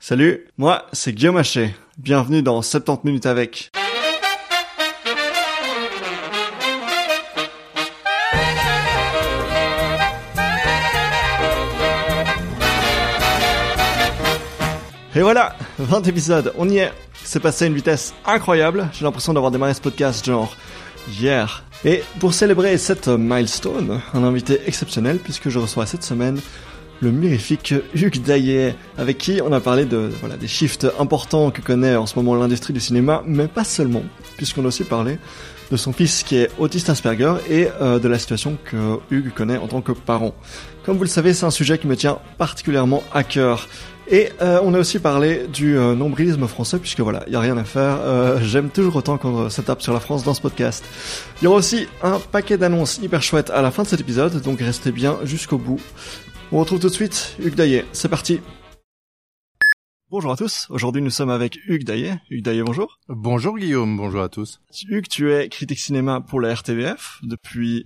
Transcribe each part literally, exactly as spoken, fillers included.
Salut, moi c'est Guillaume Haché. Bienvenue dans soixante-dix minutes avec. Et voilà, vingt épisodes, on y est. C'est passé à une vitesse incroyable. J'ai l'impression d'avoir démarré ce podcast genre hier. Et pour célébrer cette milestone, un invité exceptionnel puisque je reçois cette semaine le mirifique Hugues Daillet, avec qui on a parlé de voilà des shifts importants que connaît en ce moment l'industrie du cinéma, mais pas seulement, puisqu'on a aussi parlé de son fils qui est autiste Asperger et euh, de la situation que Hugues connaît en tant que parent. Comme vous le savez, c'est un sujet qui me tient particulièrement à cœur. Et euh, on a aussi parlé du euh, nombrilisme français, puisque voilà, il y a rien à faire. Euh, j'aime toujours autant qu'on se tape sur la France dans ce podcast. Il y aura aussi un paquet d'annonces hyper chouettes à la fin de cet épisode, donc restez bien jusqu'au bout. On retrouve tout de suite Hugues Daillet. C'est parti. Bonjour à tous. Aujourd'hui, nous sommes avec Hugues Daillet. Hugues Daillet, bonjour. Bonjour Guillaume, bonjour à tous. Hugues, tu es critique cinéma pour la R T V F depuis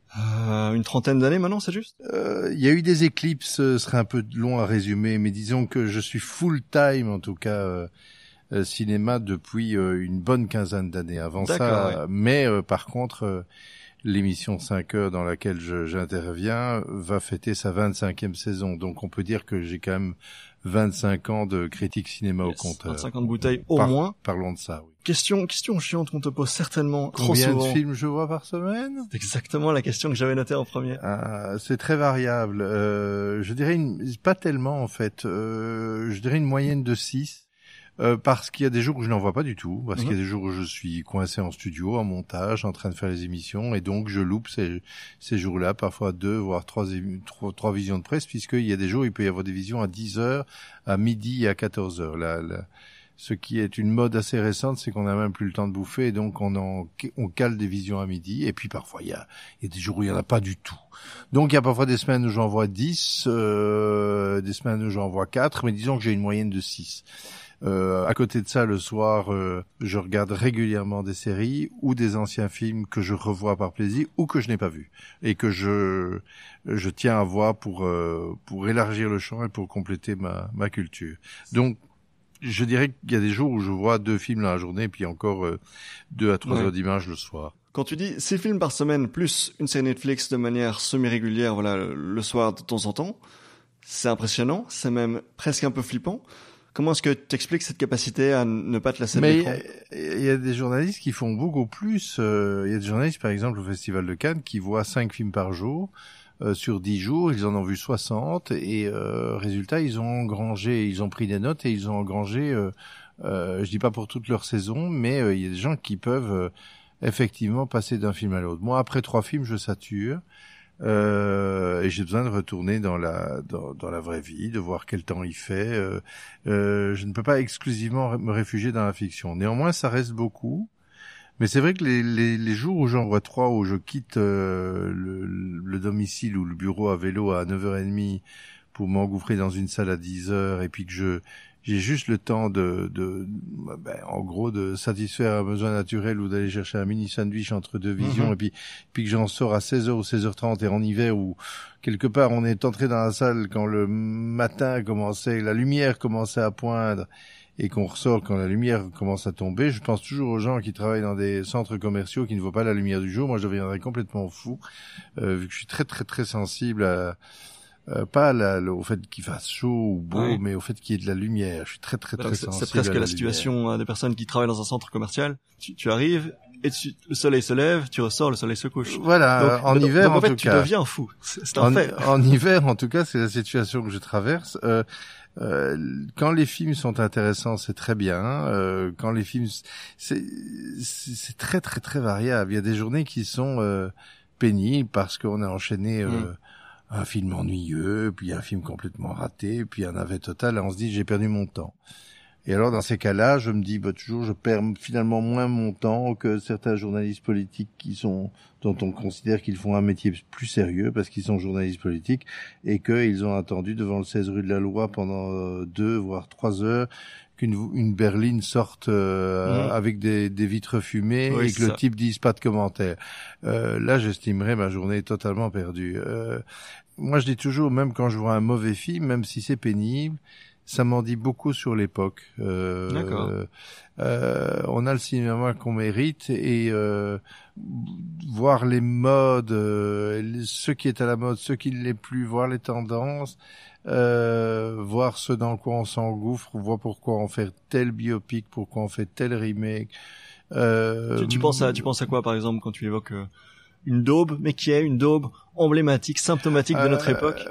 euh, une trentaine d'années maintenant, c'est juste ? Euh, il y a eu des éclipses, ce serait un peu long à résumer, mais disons que je suis full-time en tout cas euh, euh, cinéma depuis euh, une bonne quinzaine d'années. Avant D'accord, ça, ouais. mais euh, par contre... Euh, l'émission cinq heures dans laquelle je, j'interviens va fêter sa vingt-cinquième saison. Donc on peut dire que j'ai quand même vingt-cinq ans de critique cinéma Yes, au compteur. vingt-cinq ans de bouteille au Par, moins. Parlons de ça, oui. Question, question chiante qu'on te pose certainement trop Combien souvent. de films je vois par semaine ? C'est exactement la question que j'avais notée en premier. Ah, c'est très variable. Euh, je dirais une, pas tellement en fait. Euh, je dirais une moyenne de six. Euh, parce qu'il y a des jours où je n'en vois pas du tout, parce mmh. qu'il y a des jours où je suis coincé en studio, en montage, en train de faire les émissions, et donc je loupe ces, ces jours-là, parfois deux, voire trois, trois, trois visions de presse, puisqu'il y a des jours où il peut y avoir des visions à dix heures, à midi et à quatorze heures. Là, là, ce qui est une mode assez récente, c'est qu'on n'a même plus le temps de bouffer, et donc on, en, on cale des visions à midi, et puis parfois il y a, il y a des jours où il n'y en a pas du tout. Donc il y a parfois des semaines où j'en vois dix, euh, des semaines où j'en vois quatre, mais disons que j'ai une moyenne de six. Euh, à côté de ça, le soir, euh, je regarde régulièrement des séries ou des anciens films que je revois par plaisir ou que je n'ai pas vus et que je je tiens à voir pour euh, pour élargir le champ et pour compléter ma ma culture. Donc, je dirais qu'il y a des jours où je vois deux films dans la journée, puis encore euh, deux à trois ouais. heures d'image le soir. Quand tu dis six films par semaine plus une série Netflix de manière semi-régulière, voilà, le soir de temps en temps, c'est impressionnant, c'est même presque un peu flippant. Comment est-ce que tu expliques cette capacité à ne pas te lasser de l'écran ? Mais il y a des journalistes qui font beaucoup plus. Il euh, y a des journalistes, par exemple, au Festival de Cannes, qui voient cinq films par jour. Euh, sur dix jours, ils en ont vu soixante. Et euh, résultat, ils ont engrangé, ils ont pris des notes et ils ont engrangé, euh, euh, je dis pas pour toute leur saison, mais il euh, y a des gens qui peuvent euh, effectivement passer d'un film à l'autre. Moi, après trois films, je sature. Euh, et j'ai besoin de retourner dans la dans, dans la vraie vie, de voir quel temps il fait. Euh, euh, je ne peux pas exclusivement me réfugier dans la fiction. Néanmoins, ça reste beaucoup. Mais c'est vrai que les, les, les jours où j'en vois trois, où je quitte euh, le, le domicile ou le bureau à vélo à neuf heures trente pour m'engouffrer dans une salle à dix heures, et puis que je j'ai juste le temps de, de ben, en gros, de satisfaire un besoin naturel ou d'aller chercher un mini sandwich entre deux visions, mmh. et puis, puis que j'en sors à seize heures ou seize heures trente, et en hiver où, quelque part, on est entré dans la salle quand le matin commençait, la lumière commençait à poindre, et qu'on ressort quand la lumière commence à tomber. Je pense toujours aux gens qui travaillent dans des centres commerciaux qui ne voient pas la lumière du jour. Moi, je deviendrais complètement fou, euh, vu que je suis très, très, très sensible à... Euh, pas la, le, au fait qu'il fasse chaud ou beau, oui. mais au fait qu'il y ait de la lumière. Je suis très très très c'est, sensible. C'est presque à la, la situation des personnes qui travaillent dans un centre commercial. Tu, tu arrives et tu, le soleil se lève, tu ressors, le soleil se couche. Voilà, donc, en donc, hiver donc, en, en fait, tout tu cas. Tu deviens fou. C'est, c'est un en, fait. En hiver, en tout cas, c'est la situation que je traverse. Euh, euh, quand les films sont intéressants, c'est très bien. Euh, quand les films, c'est, c'est, c'est très très très variable. Il y a des journées qui sont euh, pénibles parce qu'on a enchaîné. Euh, mm. un film ennuyeux, puis un film complètement raté, puis un navet total, et on se dit j'ai perdu mon temps. Et alors dans ces cas-là, je me dis bah, toujours je perds finalement moins mon temps que certains journalistes politiques qui sont dont on considère qu'ils font un métier plus sérieux parce qu'ils sont journalistes politiques et qu'ils ont attendu devant le seize rue de la Loi pendant deux voire trois heures qu'une une berline sorte euh, mmh. avec des, des vitres fumées oui, et que le ça. type dise pas de commentaires. Euh, là, j'estimerais ma journée totalement perdue. Euh, moi, je dis toujours, même quand je vois un mauvais film, même si c'est pénible, ça m'en dit beaucoup sur l'époque. Euh, D'accord. Euh, on a le cinéma qu'on mérite et euh, voir les modes, euh, ce qui est à la mode, ce qui ne l'est plus, voir les tendances, euh, voir ce dans quoi on s'engouffre, voir pourquoi on fait tel biopic, pourquoi on fait tel remake. Euh, Tu, tu penses à, tu penses à quoi, par exemple, quand tu évoques euh, une daube, mais qui est une daube emblématique, symptomatique de notre euh, époque?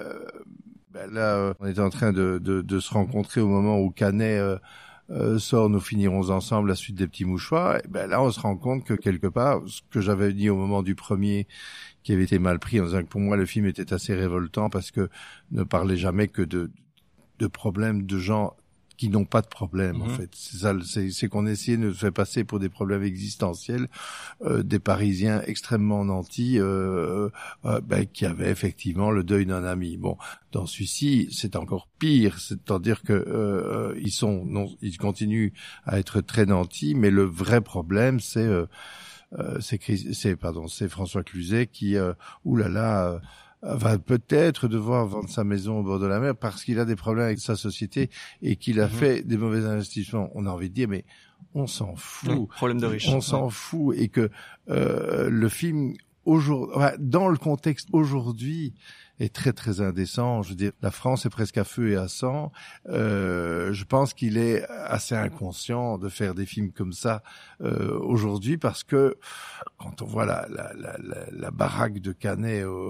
Ben là, euh, on est en train de, de, de se rencontrer au moment où Canet euh, euh, sort Nous finirons ensemble, la suite des petits mouchoirs. Et ben là, on se rend compte que quelque part, ce que j'avais dit au moment du premier, qui avait été mal pris, en disant que pour moi le film était assez révoltant parce que ne parlait jamais que de, de problèmes de gens qui n'ont pas de problème, mmh. en fait. C'est ça, c'est, c'est qu'on essayait de faire passer pour des problèmes existentiels euh, des Parisiens extrêmement nantis euh, euh, ben, qui avaient effectivement le deuil d'un ami. Bon, dans celui-ci, c'est encore pire, c'est-à-dire que euh, ils sont, non, ils continuent à être très nantis, mais le vrai problème, c'est euh, euh, c'est, c'est, pardon, c'est François Cluzet qui, euh, oulala. Euh, va peut-être devoir vendre sa maison au bord de la mer parce qu'il a des problèmes avec sa société et qu'il a mmh. fait des mauvais investissements. On a envie de dire, mais on s'en fout. Oui, problème de riche. On ouais. s'en fout. Et que euh, le film, aujourd'hui, dans le contexte aujourd'hui, est très très indécent. Je veux dire, la France est presque à feu et à sang. Euh, je pense qu'il est assez inconscient de faire des films comme ça euh, aujourd'hui parce que quand on voit la la la, la, la baraque de Canet au,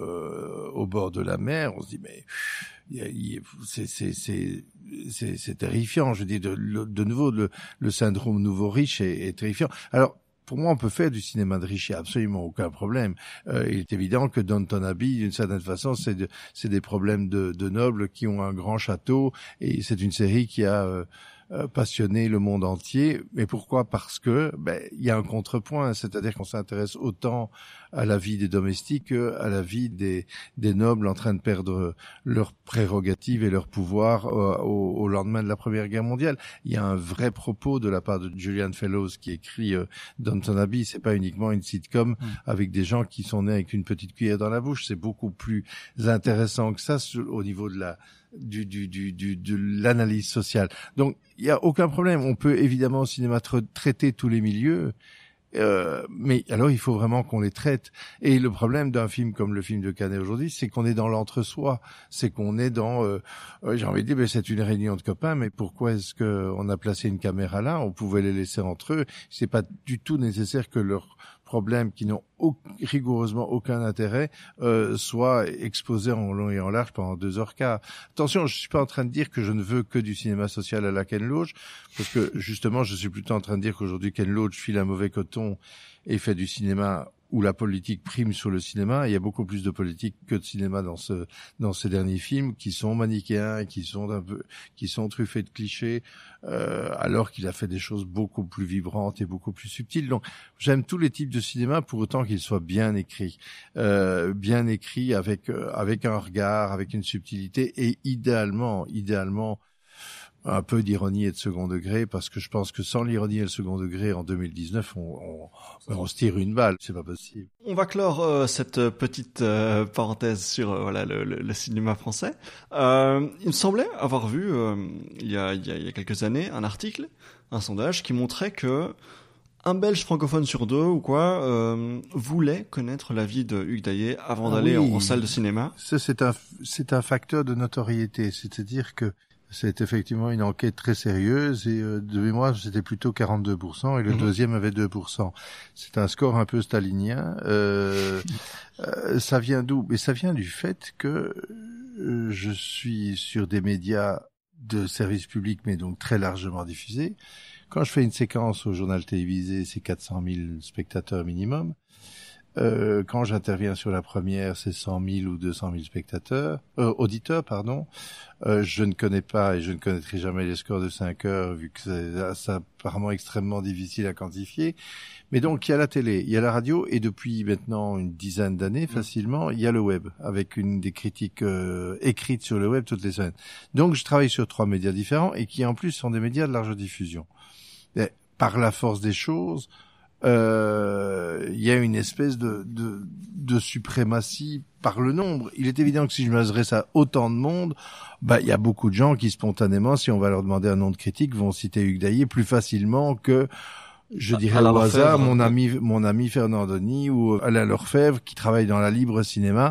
euh, au bord de la mer, on se dit mais il y a, il y a, c'est c'est c'est c'est c'est terrifiant. Je veux dire, de, de nouveau le, le syndrome nouveau riche est, est terrifiant. Alors pour moi, on peut faire du cinéma de riche, il n'y a absolument aucun problème. Euh, il est évident que Downton Abbey, d'une certaine façon, c'est, de, c'est des problèmes de, de nobles qui ont un grand château, et c'est une série qui a euh, euh, passionné le monde entier. Mais pourquoi ? Parce que ben il y a un contrepoint, c'est-à-dire qu'on s'intéresse autant à la vie des domestiques qu'à la vie des, des nobles en train de perdre leurs prérogatives et leur pouvoir euh, au, au lendemain de la Première Guerre mondiale. Il y a un vrai propos de la part de Julian Fellowes qui écrit euh, Downton Abbey. C'est pas uniquement une sitcom mmh. avec des gens qui sont nés avec une petite cuillère dans la bouche. C'est beaucoup plus intéressant que ça au niveau de la du du du, du de l'analyse sociale. Donc il y a aucun problème. On peut évidemment au cinéma tra- traiter tous les milieux. Euh, mais alors il faut vraiment qu'on les traite. Et le problème d'un film comme le film de Canet aujourd'hui, c'est qu'on est dans l'entre-soi, c'est qu'on est dans, euh, euh, j'ai envie de dire, ben, c'est une réunion de copains, mais pourquoi est-ce que on a placé une caméra là ? On pouvait les laisser entre eux. C'est pas du tout nécessaire que leurs problèmes qui n'ont au- rigoureusement aucun intérêt euh, soient exposés en long et en large pendant deux heures quart. Attention, je suis pas en train de dire que je ne veux que du cinéma social à la Ken Loach, parce que justement, je suis plutôt en train de dire qu'aujourd'hui Ken Loach file un mauvais coton et fait du cinéma où la politique prime sur le cinéma. Il y a beaucoup plus de politique que de cinéma dans ce dans ces derniers films qui sont manichéens et qui sont un peu qui sont truffés de clichés, euh, alors qu'il a fait des choses beaucoup plus vibrantes et beaucoup plus subtiles. Donc j'aime tous les types de cinéma pour autant qu'ils soient bien écrits, euh, bien écrits avec euh, avec un regard, avec une subtilité et idéalement idéalement un peu d'ironie et de second degré, parce que je pense que sans l'ironie et le second degré, en deux mille dix-neuf, on, on, on se tire une balle. C'est pas possible. On va clore euh, cette petite euh, parenthèse sur euh, voilà le, le, le cinéma français. Euh, il me semblait avoir vu euh, il, y a, il, y a, il y a quelques années un article, un sondage qui montrait que un Belge francophone sur deux ou quoi euh, voulait connaître la vie de Hugues Daillet avant ah d'aller oui. en, en salle de cinéma. Ça, c'est un c'est un facteur de notoriété, c'est-à-dire que c'est effectivement une enquête très sérieuse et euh, de mémoire c'était plutôt quarante-deux pour cent et le mmh. deuxième avait deux pour cent. C'est un score un peu stalinien. Euh, euh, ça vient d'où ? Mais ça vient du fait que euh, je suis sur des médias de service public mais donc très largement diffusés. Quand je fais une séquence au journal télévisé, c'est quatre cent mille spectateurs minimum. Euh, quand j'interviens sur la première, c'est cent mille ou deux cent mille spectateurs, euh, auditeurs, pardon. Euh, je ne connais pas et je ne connaîtrai jamais les scores de cinq heures vu que c'est, c'est apparemment extrêmement difficile à quantifier. Mais donc il y a la télé, il y a la radio et depuis maintenant une dizaine d'années facilement, il y a le web avec une des critiques euh, écrites sur le web toutes les semaines. Donc je travaille sur trois médias différents et qui en plus sont des médias de large diffusion. Et par la force des choses, euh, il y a une espèce de, de, de suprématie par le nombre. Il est évident que si je m'adresse à autant de monde, bah, il y a beaucoup de gens qui spontanément, si on va leur demander un nom de critique, vont citer Hugues Daillet plus facilement que, je dirais au hasard, mon ami, mon ami Fernand Denis ou Alain Lefebvre qui travaille dans la Libre Cinéma.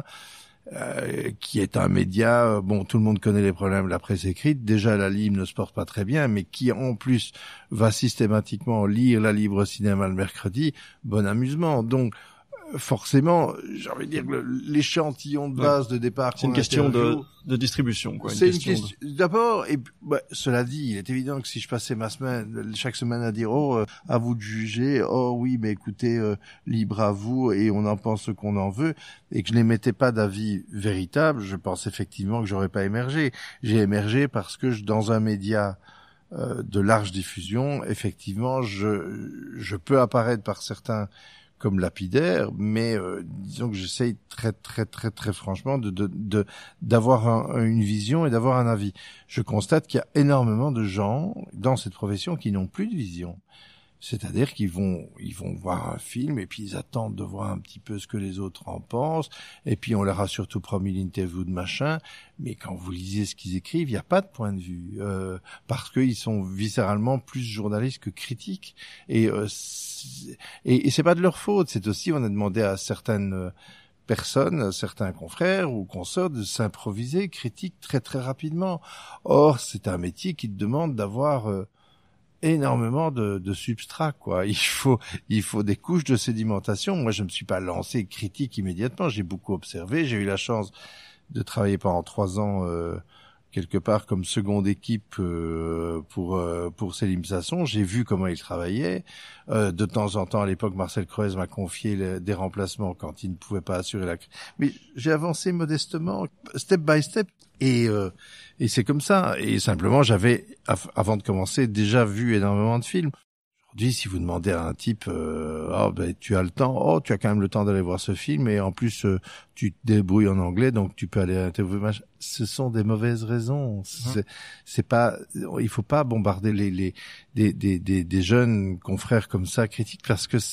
Euh, qui est un média, euh, bon, tout le monde connaît les problèmes de la presse écrite, déjà la Libre ne se porte pas très bien, mais qui en plus va systématiquement lire la Libre Cinéma le mercredi, bon amusement. Donc forcément, j'ai envie de dire que l'échantillon de base ouais. de départ... C'est une question de, de distribution, quoi. C'est une question, une question de... D'abord, et bah, cela dit, il est évident que si je passais ma semaine, chaque semaine à dire, oh, euh, à vous de juger, oh oui, mais écoutez, euh, libre à vous, et on en pense ce qu'on en veut, et que je n'émettais pas d'avis véritable, je pense effectivement que j'aurais pas émergé. J'ai émergé parce que je, dans un média euh, de large diffusion, effectivement, je, je peux apparaître par certains comme lapidaire, mais euh, disons que j'essaye très très très très franchement de de, de d'avoir un, une vision et d'avoir un avis. Je constate qu'il y a énormément de gens dans cette profession qui n'ont plus de vision. C'est-à-dire qu'ils vont ils vont voir un film et puis ils attendent de voir un petit peu ce que les autres en pensent, et puis on leur a surtout promis l'interview de machin, mais quand vous lisez ce qu'ils écrivent, il n'y a pas de point de vue, euh, parce qu'ils sont viscéralement plus journalistes que critiques, et, euh, et, et c'est pas de leur faute, c'est aussi, on a demandé à certaines personnes, certains confrères ou consorts de s'improviser critique très très rapidement. Or, c'est un métier qui te demande d'avoir... Euh, énormément de, de substrat, quoi. Il faut, il faut des couches de sédimentation. Moi, je me suis pas lancé critique immédiatement. J'ai beaucoup observé. J'ai eu la chance de travailler pendant trois ans, euh, quelque part comme seconde équipe, euh, pour, euh, pour Célim Sasson. J'ai vu comment il travaillait. Euh, de temps en temps, à l'époque, Marcel Croez m'a confié le, des remplacements quand il ne pouvait pas assurer la... Mais j'ai avancé modestement, step by step. Et, euh, et c'est comme ça. Et simplement, j'avais, avant de commencer, déjà vu énormément de films. Aujourd'hui, si vous demandez à un type, euh, oh, ben, tu as le temps, oh, tu as quand même le temps d'aller voir ce film, et en plus, euh, tu te débrouilles en anglais, donc tu peux aller à l'interview. Ce sont des mauvaises raisons. C'est, mmh. c'est pas, il faut pas bombarder les, les, des, des, des, des jeunes confrères comme ça, critiques, parce que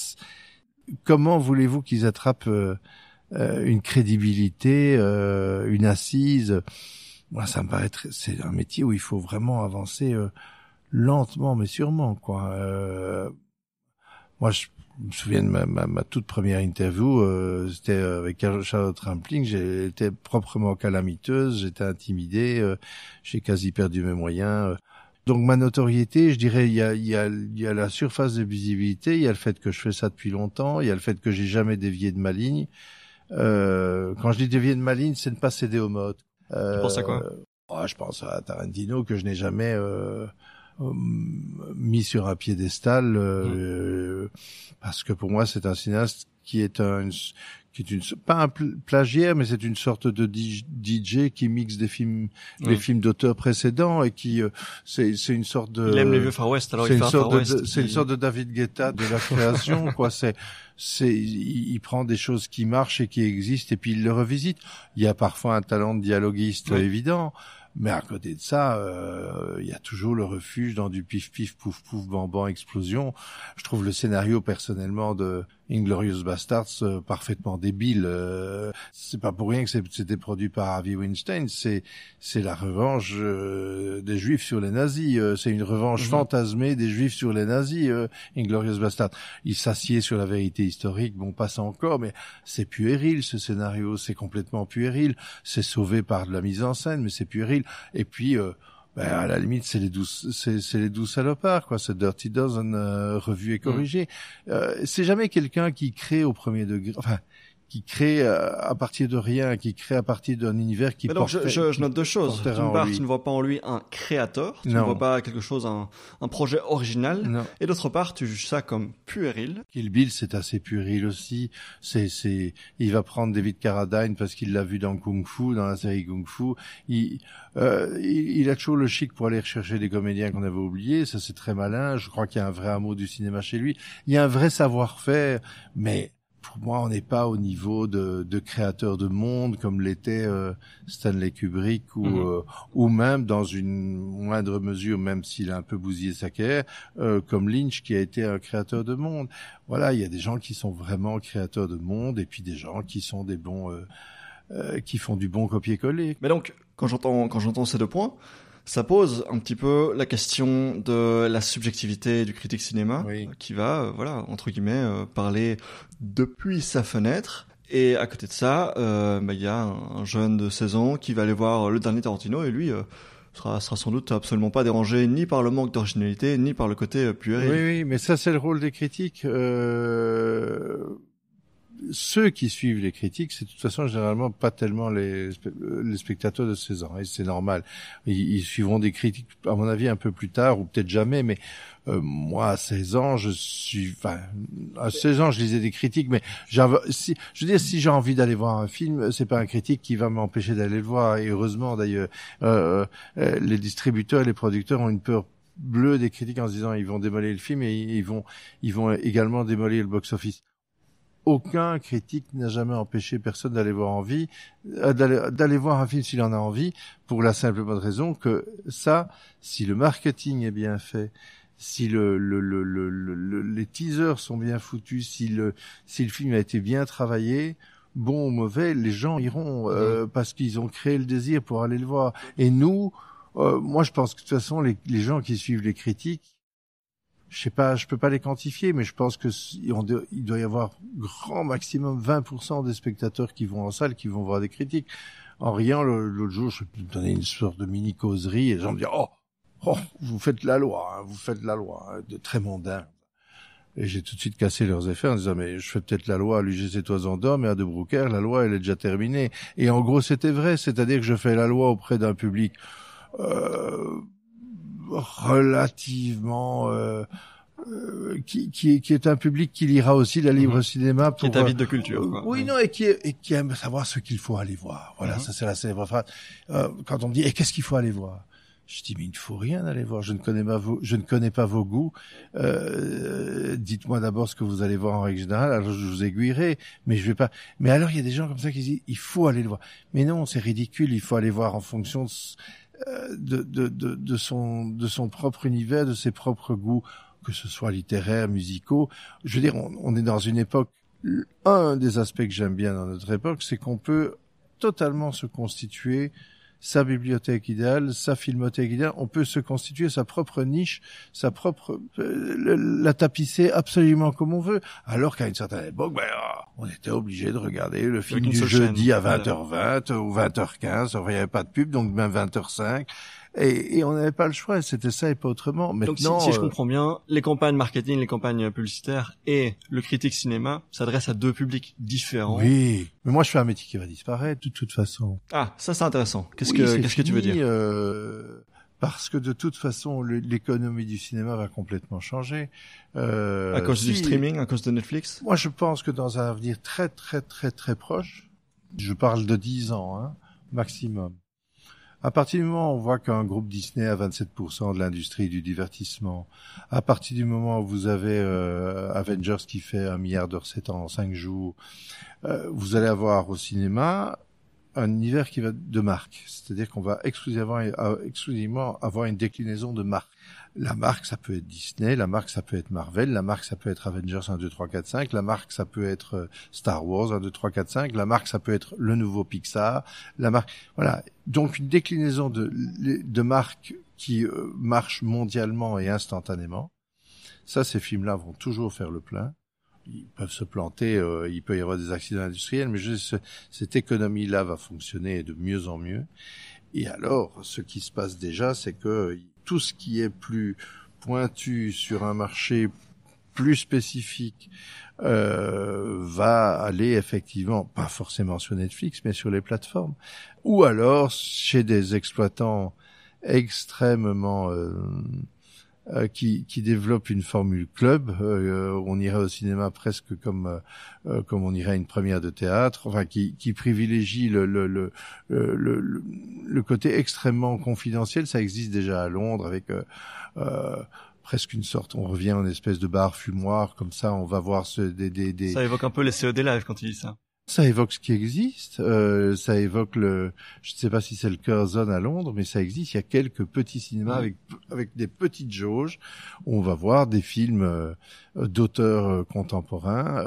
comment voulez-vous qu'ils attrapent, euh, Euh, une crédibilité, euh, une assise. Moi, ça me paraît très... c'est un métier où il faut vraiment avancer euh, lentement, mais sûrement, quoi. Euh... Moi, je me souviens de ma, ma, ma toute première interview, euh, c'était avec Charlotte Rampling. J'étais proprement calamiteuse, j'étais intimidé, euh, j'ai quasi perdu mes moyens. Donc ma notoriété, je dirais, il y a, il y a, il y a la surface de visibilité, il y a le fait que je fais ça depuis longtemps, il y a le fait que j'ai jamais dévié de ma ligne. Euh, quand je dis dévier de ma ligne, c'est ne pas céder aux modes. Euh, tu penses à quoi? Oh, je pense à Tarantino, que je n'ai jamais euh, mis sur un piédestal, euh, mmh. parce que pour moi, c'est un cinéaste qui est un... qui est une, pas un plagiaire, mais c'est une sorte de D J qui mixe des films, mmh. des films d'auteurs précédents, et qui, euh, c'est, c'est une sorte de... Il aime les vieux Far West, alors il fait un Far West. De, c'est qui... une sorte de David Guetta de la création, quoi. C'est, c'est, il, il prend des choses qui marchent et qui existent, et puis il le revisite. Il y a parfois un talent de dialoguiste mmh. évident. Mais à côté de ça, euh, il y a toujours le refuge dans du pif pif pouf pouf bam explosion. Je trouve le scénario personnellement de Inglourious Basterds euh, parfaitement débile. Euh, c'est pas pour rien que c'est, c'était produit par Harvey Weinstein. C'est c'est la revanche euh, des Juifs sur les nazis. Euh, c'est une revanche mmh. fantasmée des Juifs sur les nazis. Euh, Inglourious Basterds. Il s'assied sur la vérité historique. Bon, pas ça encore, mais c'est puéril ce scénario. C'est complètement puéril. C'est sauvé par de la mise en scène, mais c'est puéril. Et puis, euh, ben, à la limite, c'est les douze, c'est, c'est les douze salopards, quoi. C'est Dirty Dozen euh, revu et corrigé. Mmh. Euh, c'est jamais quelqu'un qui crée au premier degré, enfin, qui crée euh, à partir de rien, qui crée à partir d'un univers qui. Mais donc, portait, je, je, je note deux choses. D'une part, tu ne vois pas en lui un créateur, tu non. ne vois pas quelque chose, un, un projet original. Non. Et d'autre part, tu juges ça comme puéril. Kill Bill, c'est assez puéril aussi. C'est, c'est, il va prendre David Carradine parce qu'il l'a vu dans Kung Fu, dans la série Kung Fu. Il, euh, il, il a toujours le chic pour aller rechercher des comédiens qu'on avait oubliés. Ça, c'est très malin. Je crois qu'il y a un vrai amour du cinéma chez lui. Il y a un vrai savoir-faire, mais pour moi, on n'est pas au niveau de, de créateurs de monde comme l'était euh, Stanley Kubrick ou mmh. euh, ou même dans une moindre mesure, même s'il a un peu bousillé sa carrière, euh, comme Lynch qui a été un créateur de monde. Voilà, il y a des gens qui sont vraiment créateurs de monde et puis des gens qui sont des bons, euh, euh, qui font du bon copier-coller. Mais donc, quand j'entends quand j'entends ces deux points, ça pose un petit peu la question de la subjectivité du critique cinéma, oui. qui va, euh, voilà, entre guillemets, euh, parler depuis sa fenêtre. Et à côté de ça, euh, bah, y a un, un jeune de seize ans qui va aller voir le dernier Tarantino et lui euh, sera, sera sans doute absolument pas dérangé ni par le manque d'originalité, ni par le côté euh, puéril. Oui, oui, mais ça c'est le rôle des critiques. Euh... Ceux qui suivent les critiques, c'est de toute façon généralement pas tellement les, les spectateurs de seize ans, et c'est normal. Ils, ils suivront des critiques, à mon avis, un peu plus tard, ou peut-être jamais, mais euh, moi, à seize ans, je suis... Enfin, à seize ans, je lisais des critiques, mais j'avais, si, je veux dire, si j'ai envie d'aller voir un film, c'est pas un critique qui va m'empêcher d'aller le voir, et heureusement, d'ailleurs, euh, euh, les distributeurs et les producteurs ont une peur bleue des critiques en se disant ils vont démolir le film, et ils vont, ils vont également démolir le box-office. Aucun critique n'a jamais empêché personne d'aller voir envie, d'aller, d'aller voir un film s'il en a envie, pour la simple bonne raison que ça, si le marketing est bien fait, si le, le, le, le, le les teasers sont bien foutus, si le, si le film a été bien travaillé, bon ou mauvais, les gens iront euh, parce qu'ils ont créé le désir pour aller le voir. Et nous, euh, moi, je pense que de toute façon, les, les gens qui suivent les critiques, je sais pas, je peux pas les quantifier, mais je pense que il doit y avoir grand maximum vingt pour cent des spectateurs qui vont en salle, qui vont voir des critiques. En riant, l'autre jour, je me donnais une sorte de mini causerie et les gens me disaient, oh, oh, vous faites la loi, hein, vous faites la loi, hein, de très mondain. Et j'ai tout de suite cassé leurs effets en disant, mais je fais peut-être la loi à l'U G C Toison d'Or, mais à De Broucker, la loi, elle est déjà terminée. Et en gros, c'était vrai, c'est-à-dire que je fais la loi auprès d'un public, euh, relativement euh, euh, qui, qui, qui est un public qui lira aussi la libre mmh. cinéma pour, qui est avide de culture. Quoi. Euh, oui, oui, non, et qui, est, et qui aime savoir ce qu'il faut aller voir. Voilà, mmh. ça c'est la célèbre phrase. Euh, quand on me dit, et qu'est-ce qu'il faut aller voir? Je dis, mais il ne faut rien aller voir. Je ne connais pas vos, je ne connais pas vos goûts. Euh, dites-moi d'abord ce que vous allez voir en règle générale. Alors je vous aiguillerai. Mais je vais pas. Mais alors il y a des gens comme ça qui disent, il faut aller le voir. Mais non, c'est ridicule. Il faut aller voir en fonction de, de, de, de, de son, de son propre univers, de ses propres goûts, que ce soit littéraires, musicaux. Je veux dire, on, on est dans une époque. Un des aspects que j'aime bien dans notre époque, c'est qu'on peut totalement se constituer sa bibliothèque idéale, sa filmothèque idéale, on peut se constituer sa propre niche, sa propre, euh, la tapisser absolument comme on veut. Alors qu'à une certaine époque, ben, on était obligé de regarder le film du jeudi chaîne. à vingt heures vingt ou vingt heures quinze, enfin, il n'y avait pas de pub, donc même vingt heures cinq. Et, et on n'avait pas le choix, c'était ça et pas autrement. Maintenant, donc si, si je comprends bien, les campagnes marketing, les campagnes publicitaires et le critique cinéma s'adressent à deux publics différents. Oui, mais moi je fais un métier qui va disparaître de toute façon. Ah, ça c'est intéressant. Qu'est-ce oui, que qu'est-ce que tu veux dire euh, Parce que de toute façon, le, l'économie du cinéma va complètement changer. Euh, à cause si, du streaming, à cause de Netflix. Moi je pense que dans un avenir très très très très proche, je parle de dix ans, hein, maximum. À partir du moment où on voit qu'un groupe Disney a vingt-sept pour cent de l'industrie du divertissement, à partir du moment où vous avez euh, Avengers qui fait un milliard de recettes en cinq jours, euh, vous allez avoir au cinéma un univers qui va de marque. C'est-à-dire qu'on va exclusivement, exclusivement avoir une déclinaison de marque. La marque, ça peut être Disney, la marque, ça peut être Marvel, la marque, ça peut être Avengers un, deux, trois, quatre, cinq, la marque, ça peut être Star Wars un, deux, trois, quatre, cinq, la marque, ça peut être le nouveau Pixar, la marque, voilà. Donc, une déclinaison de, de marques qui euh, marche mondialement et instantanément. Ça, ces films-là vont toujours faire le plein. Ils peuvent se planter, euh, il peut y avoir des accidents industriels, mais je sais, cette économie-là va fonctionner de mieux en mieux. Et alors, ce qui se passe déjà, c'est que tout ce qui est plus pointu sur un marché plus spécifique euh, va aller effectivement, pas forcément sur Netflix, mais sur les plateformes. Ou alors chez des exploitants extrêmement... Euh, Euh, qui, qui développe une formule club, euh, on irait au cinéma presque comme euh, comme on irait à une première de théâtre, enfin qui, qui privilégie le le, le le le le côté extrêmement confidentiel. Ça existe déjà à Londres avec euh, euh, presque une sorte, on revient en espèce de bar fumoir, comme ça, on va voir ce, des, des, des... Ça évoque un peu les C E D live quand tu dis ça. Ça évoque ce qui existe, euh, ça évoque le, je ne sais pas si c'est le Curzon à Londres, mais ça existe. Il y a quelques petits cinémas avec avec des petites jauges où on va voir des films euh, d'auteurs euh, contemporains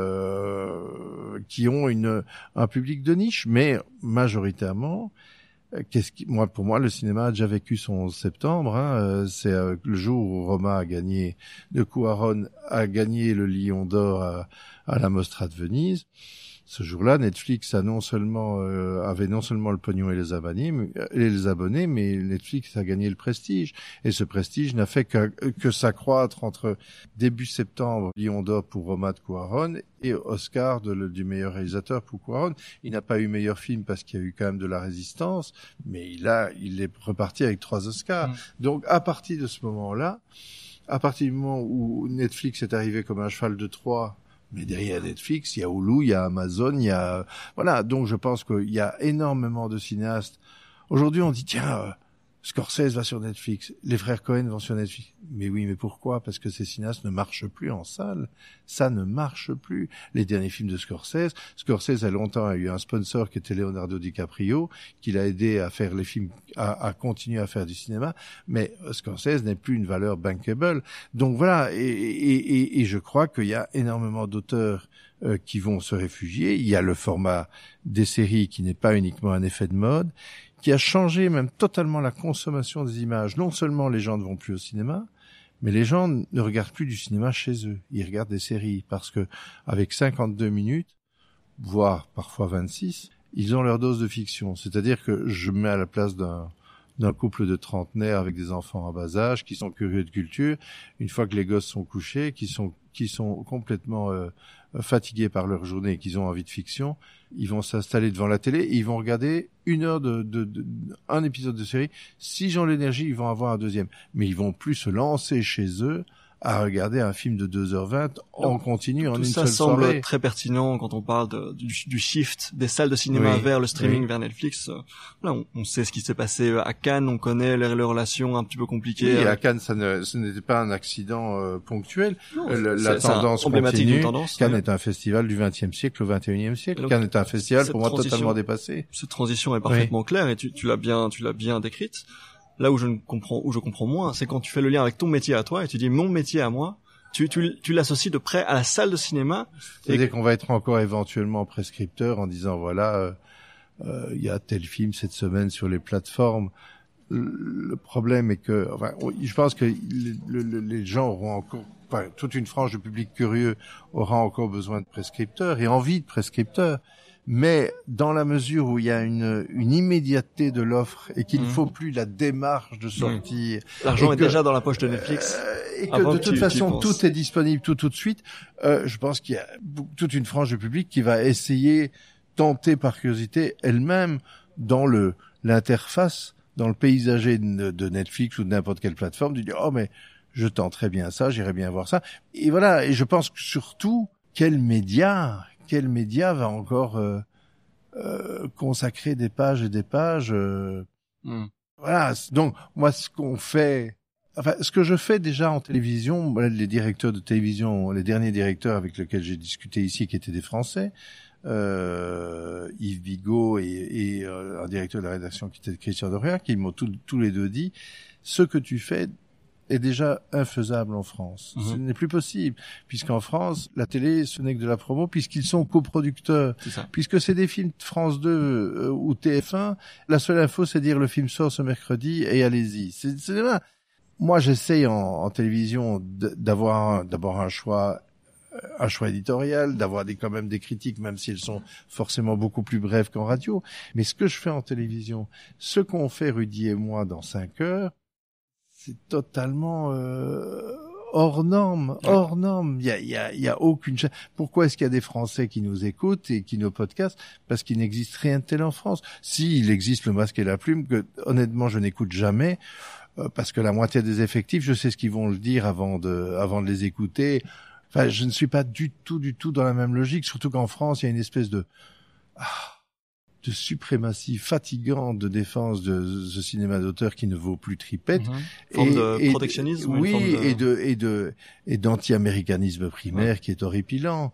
euh, qui ont une un public de niche, mais majoritairement. Qu'est-ce qui, moi, pour moi, le cinéma a déjà vécu son onze septembre. Hein, c'est euh, le jour où Roma a gagné, de Cuaron a gagné le Lion d'Or à, à la Mostra de Venise. Ce jour-là, Netflix a non seulement euh, avait non seulement le pognon et les abonnés, mais, et les abonnés, mais Netflix a gagné le prestige. Et ce prestige n'a fait que, que s'accroître entre début septembre, Lion d'Or pour Roma de Cuaron et Oscar de, le, du meilleur réalisateur pour Cuaron. Il n'a pas eu meilleur film parce qu'il y a eu quand même de la résistance, mais il a, il est reparti avec trois Oscars. Mmh. Donc, à partir de ce moment-là, à partir du moment où Netflix est arrivé comme un cheval de Troie. Mais derrière Netflix, il y a Hulu, il y a Amazon, il y a... Voilà, donc je pense qu'il y a énormément de cinéastes. Aujourd'hui, on dit, tiens, euh, Scorsese va sur Netflix, les frères Cohen vont sur Netflix. Mais oui, mais pourquoi? Parce que ces cinéastes ne marchent plus en salle. Ça ne marche plus. Les derniers films de Scorsese, Scorsese a longtemps eu un sponsor qui était Leonardo DiCaprio, qui l'a aidé à faire les films, à, à continuer à faire du cinéma. Mais Scorsese n'est plus une valeur bankable. Donc voilà, et, et, et, et je crois qu'il y a énormément d'auteurs euh, qui vont se réfugier. Il y a le format des séries qui n'est pas uniquement un effet de mode, qui a changé même totalement la consommation des images. Non seulement les gens ne vont plus au cinéma, mais les gens ne regardent plus du cinéma chez eux. Ils regardent des séries parce que avec cinquante-deux minutes, voire parfois vingt-six, ils ont leur dose de fiction. C'est-à-dire que je me mets à la place d'un d'un couple de trentenaires avec des enfants en bas âge qui sont curieux de culture. Une fois que les gosses sont couchés, qui sont qui sont complètement euh, fatigués par leur journée et qu'ils ont envie de fiction, ils vont s'installer devant la télé et ils vont regarder une heure de, de, de un épisode de série. S'ils ont l'énergie, ils vont avoir un deuxième. Mais ils vont plus se lancer chez eux à regarder un film de deux heures vingt en continu, en une seule soirée. Tout ça semble très pertinent quand on parle de, du, du shift des salles de cinéma oui, vers le streaming, oui. vers Netflix. Là, on, on sait ce qui s'est passé à Cannes, on connaît les, les relations un petit peu compliquées. Oui, à Cannes, ça ne, ce n'était pas un accident euh, ponctuel. Non, euh, la c'est, tendance c'est emblématique continue. D'une tendance, Cannes ouais. est un festival du vingtième siècle au vingt et unième siècle. Donc, Cannes est un festival pour moi totalement dépassé. Cette transition est parfaitement oui. claire et tu, tu l'as bien, tu l'as bien décrite. Là où je ne comprends, où je comprends moins, c'est quand tu fais le lien avec ton métier à toi et tu dis mon métier à moi. Tu, tu, tu l'associes de près à la salle de cinéma. C'est-à-dire et... qu'on va être encore éventuellement prescripteur en disant voilà, il euh, euh, y a tel film cette semaine sur les plateformes. Le problème est que, enfin, je pense que le, le, les gens auront encore, enfin, toute une frange de public curieux aura encore besoin de prescripteurs et envie de prescripteurs. Mais dans la mesure où il y a une, une immédiateté de l'offre et qu'il ne mmh. faut plus la démarche de sortir, mmh. l'argent est que, déjà dans la poche de Netflix, euh, et que de toute tu, façon tout est disponible tout tout de suite. Euh, je pense qu'il y a toute une frange du public qui va essayer, tenter par curiosité elle-même dans le l'interface, dans le paysager de, de Netflix ou de n'importe quelle plateforme, de dire oh mais je tenterais bien ça, j'irais bien voir ça. Et voilà. Et je pense que surtout quel média. Quel média va encore euh, euh, consacrer des pages et des pages euh... mm. Voilà. Donc moi, ce qu'on fait, enfin, ce que je fais déjà en télévision, les directeurs de télévision, les derniers directeurs avec lesquels j'ai discuté ici, qui étaient des Français, euh, Yves Bigot et, et euh, un directeur de la rédaction qui était Christian Doria, qui m'ont tous, tous les deux dit, ce que tu fais est déjà infaisable en France. Mmh. Ce n'est plus possible, puisqu'en France, la télé, ce n'est que de la promo, puisqu'ils sont coproducteurs. C'est ça. Puisque c'est des films de France deux euh, ou T F un, la seule info, c'est dire le film sort ce mercredi et allez-y. C'est, c'est là. Moi, j'essaye en, en télévision d'avoir, d'avoir un choix un choix éditorial, d'avoir des, quand même des critiques, même si elles sont forcément beaucoup plus brèves qu'en radio. Mais ce que je fais en télévision, ce qu'on fait Rudy et moi dans cinq heures, c'est totalement euh, hors norme, hors norme. Il y a, il y a, il y a aucune chaîne. Pourquoi est-ce qu'il y a des Français qui nous écoutent et qui nous podcastent? Parce qu'il n'existe rien de tel en France. Si, il existe le Masque et la Plume, que honnêtement je n'écoute jamais, euh, parce que la moitié des effectifs, je sais ce qu'ils vont le dire avant de, avant de les écouter. Enfin, je ne suis pas du tout, du tout dans la même logique. Surtout qu'en France, il y a une espèce de, ah, de suprématie fatigante de défense de ce cinéma d'auteur qui ne vaut plus tripette. Mmh. Forme et, de et, protectionnisme. Oui, forme de... et de et de et d'anti-américanisme primaire ouais. qui est horripilant.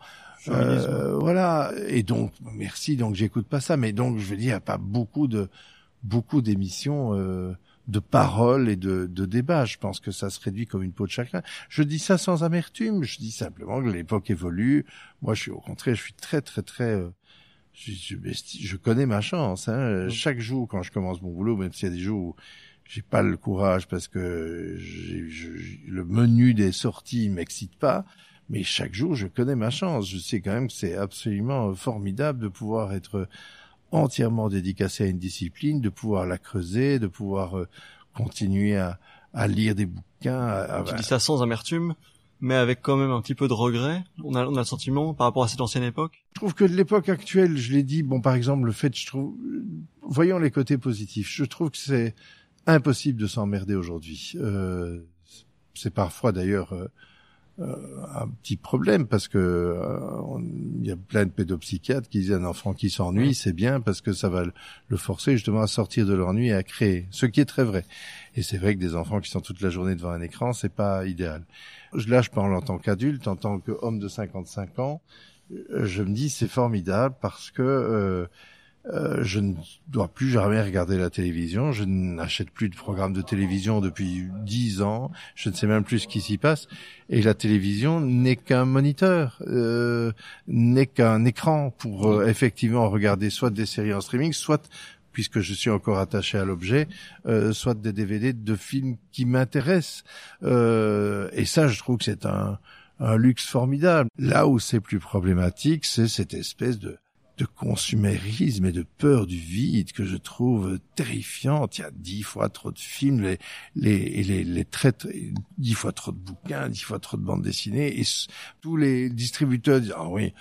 Euh, voilà. Et donc, merci. Donc, j'écoute pas ça. Mais donc, je veux dire, il n'y a pas beaucoup de beaucoup d'émissions. Euh, de paroles et de, de débats. Je pense que ça se réduit comme une peau de chagrin. Je dis ça sans amertume. Je dis simplement que l'époque évolue. Moi, je suis au contraire, je suis très, très, très... Euh, je, je, je connais ma chance. Hein. Mmh. Chaque jour, quand je commence mon boulot, même s'il y a des jours où j'ai pas le courage parce que j'ai, je, le menu des sorties m'excite pas, mais chaque jour, je connais ma chance. Je sais quand même que c'est absolument formidable de pouvoir être entièrement dédicacé à une discipline, de pouvoir la creuser, de pouvoir euh, continuer à, à lire des bouquins. À, à... Tu dis ça sans amertume, mais avec quand même un petit peu de regret. On a, on a le sentiment par rapport à cette ancienne époque. Je trouve que de l'époque actuelle, je l'ai dit, bon, par exemple, le fait, je trouve, voyons les côtés positifs. Je trouve que c'est impossible de s'emmerder aujourd'hui. Euh, c'est parfois d'ailleurs euh, Euh, un petit problème parce que euh, il y a plein de pédopsychiatres qui disent un enfant qui s'ennuie, c'est bien parce que ça va le, le forcer justement à sortir de l'ennui et à créer, ce qui est très vrai. Et c'est vrai que des enfants qui sont toute la journée devant un écran, c'est pas idéal. Là, je parle en tant qu'adulte, en tant qu'homme de cinquante-cinq ans, je me dis c'est formidable parce que euh, Euh, je ne dois plus jamais regarder la télévision. Je n'achète plus de programmes de télévision depuis dix ans. Je ne sais même plus ce qui s'y passe. Et la télévision n'est qu'un moniteur, euh, n'est qu'un écran pour euh, effectivement regarder soit des séries en streaming, soit, puisque je suis encore attaché à l'objet, euh, soit des D V D de films qui m'intéressent. Euh, et ça, je trouve que c'est un, un luxe formidable. Là où c'est plus problématique, c'est cette espèce de de consumérisme et de peur du vide que je trouve terrifiante. Il y a dix fois trop de films, les les les, les traitent, dix fois trop de bouquins, dix fois trop de bandes dessinées, et tous les distributeurs disent ah oui,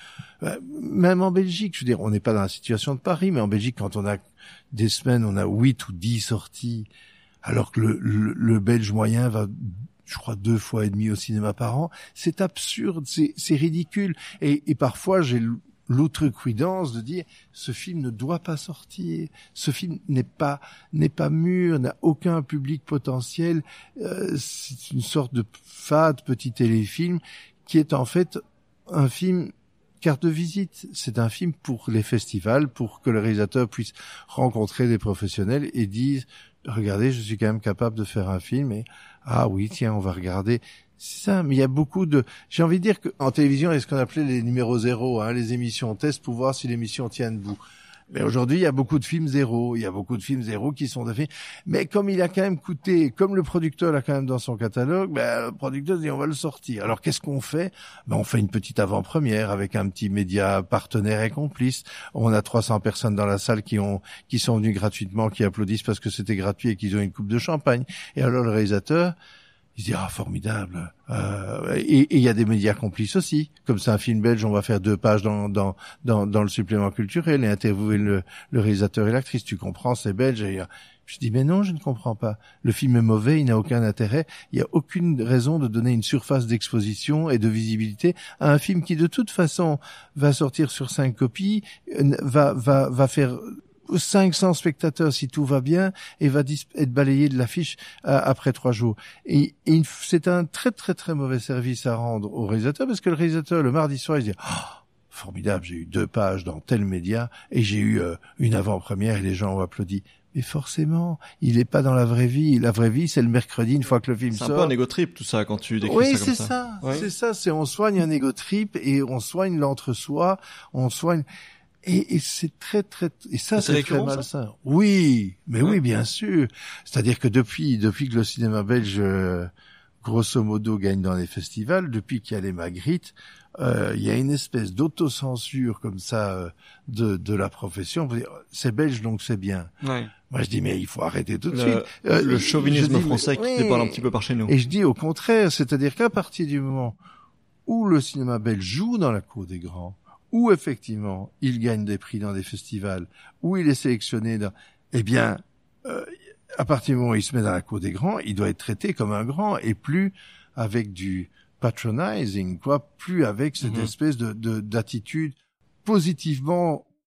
même en Belgique, je veux dire, on n'est pas dans la situation de Paris, mais en Belgique, quand on a des semaines, on a huit ou dix sorties, alors que le le, le Belge moyen va je crois deux fois et demi au cinéma par an. C'est absurde, c'est c'est ridicule, et et parfois j'ai l'outrecuidance de dire ce film ne doit pas sortir, ce film n'est pas n'est pas mûr, n'a aucun public potentiel, euh, c'est une sorte de fade petit téléfilm qui est en fait un film carte de visite. C'est un film pour les festivals, pour que le réalisateur puisse rencontrer des professionnels et dire regardez, je suis quand même capable de faire un film, et ah oui, tiens, on va regarder. C'est ça, mais il y a beaucoup de... J'ai envie de dire qu'en télévision, il y a ce qu'on appelait les numéros zéro, hein, les émissions test pour voir si l'émission tient debout. Mais aujourd'hui, il y a beaucoup de films zéro, il y a beaucoup de films zéro qui sont des films... Mais comme il a quand même coûté, comme le producteur l'a quand même dans son catalogue, ben, le producteur dit on va le sortir. Alors qu'est-ce qu'on fait? Ben, on fait une petite avant-première avec un petit média partenaire et complice. On a trois cents personnes dans la salle qui ont qui sont venues gratuitement, qui applaudissent parce que c'était gratuit et qu'ils ont une coupe de champagne. Et alors le réalisateur... il se dit, ah, formidable. Euh, et il y a des médias complices aussi. Comme c'est un film belge, on va faire deux pages dans dans dans, dans le supplément culturel et interviewer le, le réalisateur et l'actrice. Tu comprends, c'est belge. Et je dis, mais non, je ne comprends pas. Le film est mauvais, il n'a aucun intérêt. Il n'y a aucune raison de donner une surface d'exposition et de visibilité à un film qui, de toute façon, va sortir sur cinq copies, va va va faire... cinq cents spectateurs si tout va bien et va dis- être balayé de l'affiche euh, après trois jours. Et, et c'est un très très très mauvais service à rendre au réalisateur parce que le réalisateur le mardi soir il se dit oh, formidable, j'ai eu deux pages dans tel média et j'ai eu euh, une avant-première et les gens ont applaudi. Mais forcément, il est pas dans la vraie vie. La vraie vie, c'est le mercredi, une fois que le film c'est sort. C'est un peu un égo trip, tout ça, quand tu décris oui, ça comme ça. Oui, c'est ça. Oui. C'est ça. C'est on soigne un égo trip et on soigne l'entre-soi. On soigne... Et, et c'est très très et ça c'est, c'est très malsain. Oui, mais ouais. Oui, bien sûr. C'est-à-dire que depuis depuis que le cinéma belge euh, grosso modo gagne dans les festivals, depuis qu'il y a les Magritte, euh, il y a une espèce d'autocensure comme ça euh, de de la profession. C'est belge donc c'est bien. Ouais. Moi je dis mais il faut arrêter tout de le, suite. Euh, le chauvinisme dis, français mais, qui oui. déparle un petit peu par chez nous. Et je dis au contraire, c'est-à-dire qu'à partir du moment où le cinéma belge joue dans la cour des grands, où effectivement il gagne des prix dans des festivals, où il est sélectionné dans... Eh bien, euh, à partir du moment où il se met dans la cour des grands, il doit être traité comme un grand et plus avec du patronizing, quoi, plus avec cette mm-hmm. espèce de, de d'attitude positivement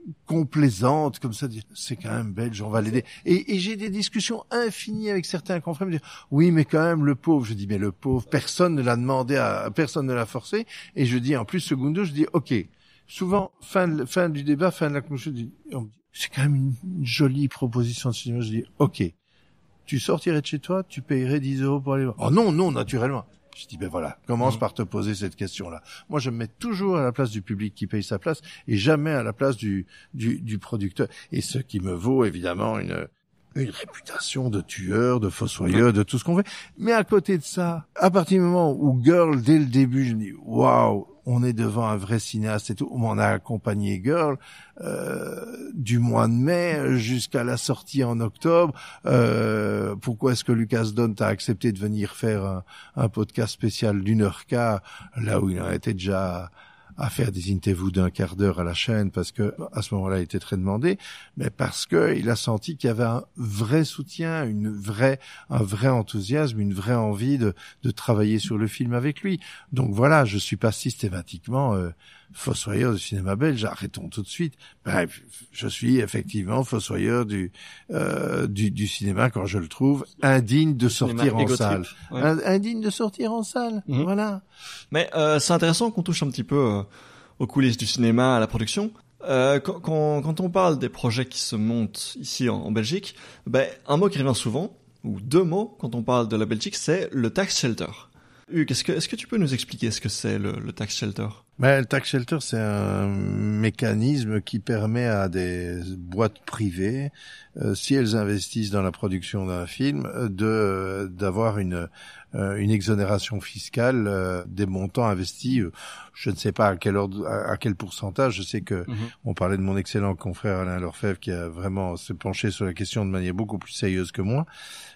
complaisante, comme ça, dire, c'est quand même belge, on va l'aider. Et, et j'ai des discussions infinies avec certains confrères, me dire, oui, mais quand même, le pauvre. Je dis, mais le pauvre, personne ne l'a demandé à, personne ne l'a forcé. Et je dis, en plus, secondo, je dis, ok. Souvent, fin, fin du débat, fin de la conclusion, je dis, on me dit, c'est quand même une, une jolie proposition de cinéma. Je dis, ok. Tu sortirais de chez toi, tu payerais dix euros pour aller voir. Oh non, non, naturellement. Je dis, ben voilà, commence mmh. par te poser cette question-là. Moi, je me mets toujours à la place du public qui paye sa place et jamais à la place du, du, du producteur. Et ce qui me vaut, évidemment, une, une réputation de tueur, de fossoyeur, de tout ce qu'on fait. Mais à côté de ça, à partir du moment où Girl, dès le début, je me dis, waouh, on est devant un vrai cinéaste et tout. On m'en a accompagné Girl euh, du mois de mai jusqu'à la sortie en octobre. Euh, pourquoi est-ce que Lucas Dont a accepté de venir faire un, un podcast spécial d'une heure quart, là où il en était déjà à faire des interviews d'un quart d'heure à la chaîne, parce que à ce moment-là, il était très demandé, mais parce que il a senti qu'il y avait un vrai soutien, une vraie, un vrai enthousiasme, une vraie envie de, de travailler sur le film avec lui. Donc voilà, je suis pas systématiquement euh, fossoyeur du cinéma belge. Arrêtons tout de suite. Bref, je suis effectivement fossoyeur du euh, du, du cinéma quand je le trouve indigne de sortir en salle, ouais. indigne de sortir en salle. Mm-hmm. Voilà. Mais euh, c'est intéressant qu'on touche un petit peu euh, aux coulisses du cinéma, à la production. Euh, quand, quand, quand on parle des projets qui se montent ici en, en Belgique, ben, un mot qui revient souvent, ou deux mots quand on parle de la Belgique, c'est le tax shelter. Hugues, est-ce que, est-ce que tu peux nous expliquer ce que c'est le, le tax shelter ? Ben, le tax shelter, c'est un mécanisme qui permet à des boîtes privées, euh, si elles investissent dans la production d'un film, de d'avoir une euh, une exonération fiscale euh, des montants investis. Je ne sais pas à quel ordre, à, à quel pourcentage. Je sais que mm-hmm. on parlait de mon excellent confrère Alain Lorfèvre qui a vraiment se penché sur la question de manière beaucoup plus sérieuse que moi.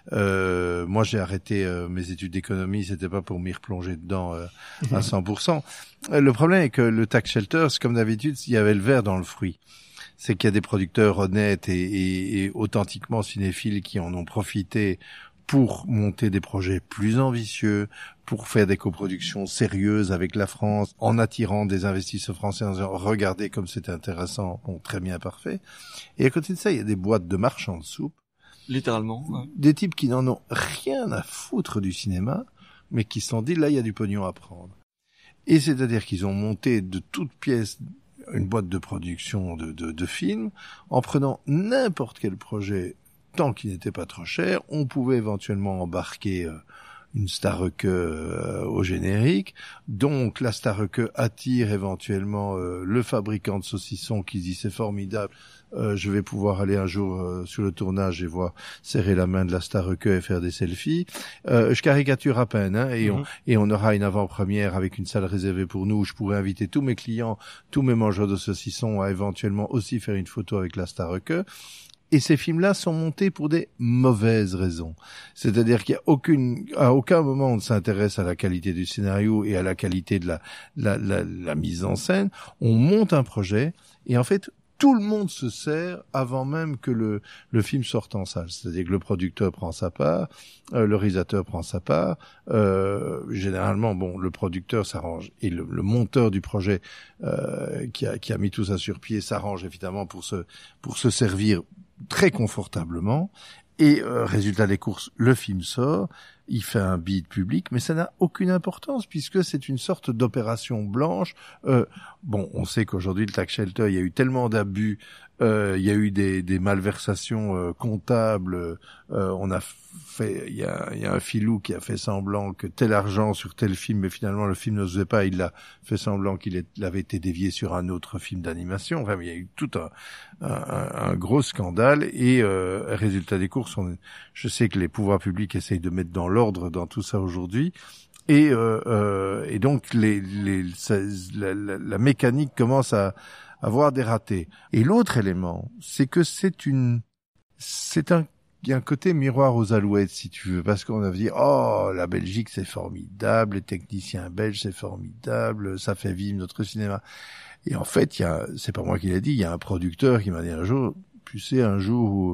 Euh, moi, j'ai arrêté euh, mes études d'économie. C'était pas pour m'y replonger dedans euh, à cent pour cent. Le problème est que le tax shelter, c'est comme d'habitude, il y avait le verre dans le fruit. C'est qu'il y a des producteurs honnêtes et, et, et authentiquement cinéphiles qui en ont profité pour monter des projets plus ambitieux, pour faire des coproductions sérieuses avec la France, en attirant des investisseurs français en disant « Regardez comme c'est intéressant, bon, très bien, parfait ». Et à côté de ça, il y a des boîtes de marchands de soupe. Littéralement. Ouais. Des types qui n'en ont rien à foutre du cinéma, mais qui se sont dit « Là, il y a du pognon à prendre ». Et c'est-à-dire qu'ils ont monté de toutes pièces une boîte de production de, de, de films, en prenant n'importe quel projet, tant qu'il n'était pas trop cher. On pouvait éventuellement embarquer euh, une Stareke euh, au générique. Donc la Stareke attire éventuellement euh, le fabricant de saucissons qui dit c'est formidable. Euh, je vais pouvoir aller un jour euh, sur le tournage et voir serrer la main de la Stareke et faire des selfies. Euh, je caricature à peine, hein, et, mm-hmm. on, et on aura une avant-première avec une salle réservée pour nous où je pourrais inviter tous mes clients, tous mes mangeurs de saucissons à éventuellement aussi faire une photo avec la Stareke. Et ces films-là sont montés pour des mauvaises raisons. C'est-à-dire qu'il y a aucune, à aucun moment on ne s'intéresse à la qualité du scénario et à la qualité de la, la, la, la mise en scène. On monte un projet et en fait, tout le monde se sert avant même que le, le film sorte en salle. C'est-à-dire que le producteur prend sa part, euh, le réalisateur prend sa part. Euh, généralement, bon, le producteur s'arrange et le, le monteur du projet euh, qui a, qui a mis tout ça sur pied s'arrange évidemment pour se, pour se servir très confortablement. Et euh, résultat des courses, le film sort, il fait un bid public, mais ça n'a aucune importance puisque c'est une sorte d'opération blanche. Euh, bon, on sait qu'aujourd'hui le tax shelter, il y a eu tellement d'abus, euh, il y a eu des, des malversations euh, comptables. Euh, on a fait, il y a, il y a un filou qui a fait semblant que tel argent sur tel film, mais finalement le film ne se faisait pas. Il a fait semblant qu'il est, il avait été dévié sur un autre film d'animation. Enfin, il y a eu tout un, un, un gros scandale et euh, résultat des courses, on, je sais que les pouvoirs publics essayent de mettre dans l'ordre dans tout ça aujourd'hui. Et, euh, euh, et donc les, les, ça, la, la, la mécanique commence à avoir des ratés. Et l'autre élément, c'est que c'est une, c'est un, il y a un côté miroir aux alouettes, si tu veux, parce qu'on a dit, oh, la Belgique, c'est formidable, les techniciens belges, c'est formidable, ça fait vivre notre cinéma. Et en fait, il y a, c'est pas moi qui l'ai dit, il y a un producteur qui m'a dit un jour, tu sais, un jour où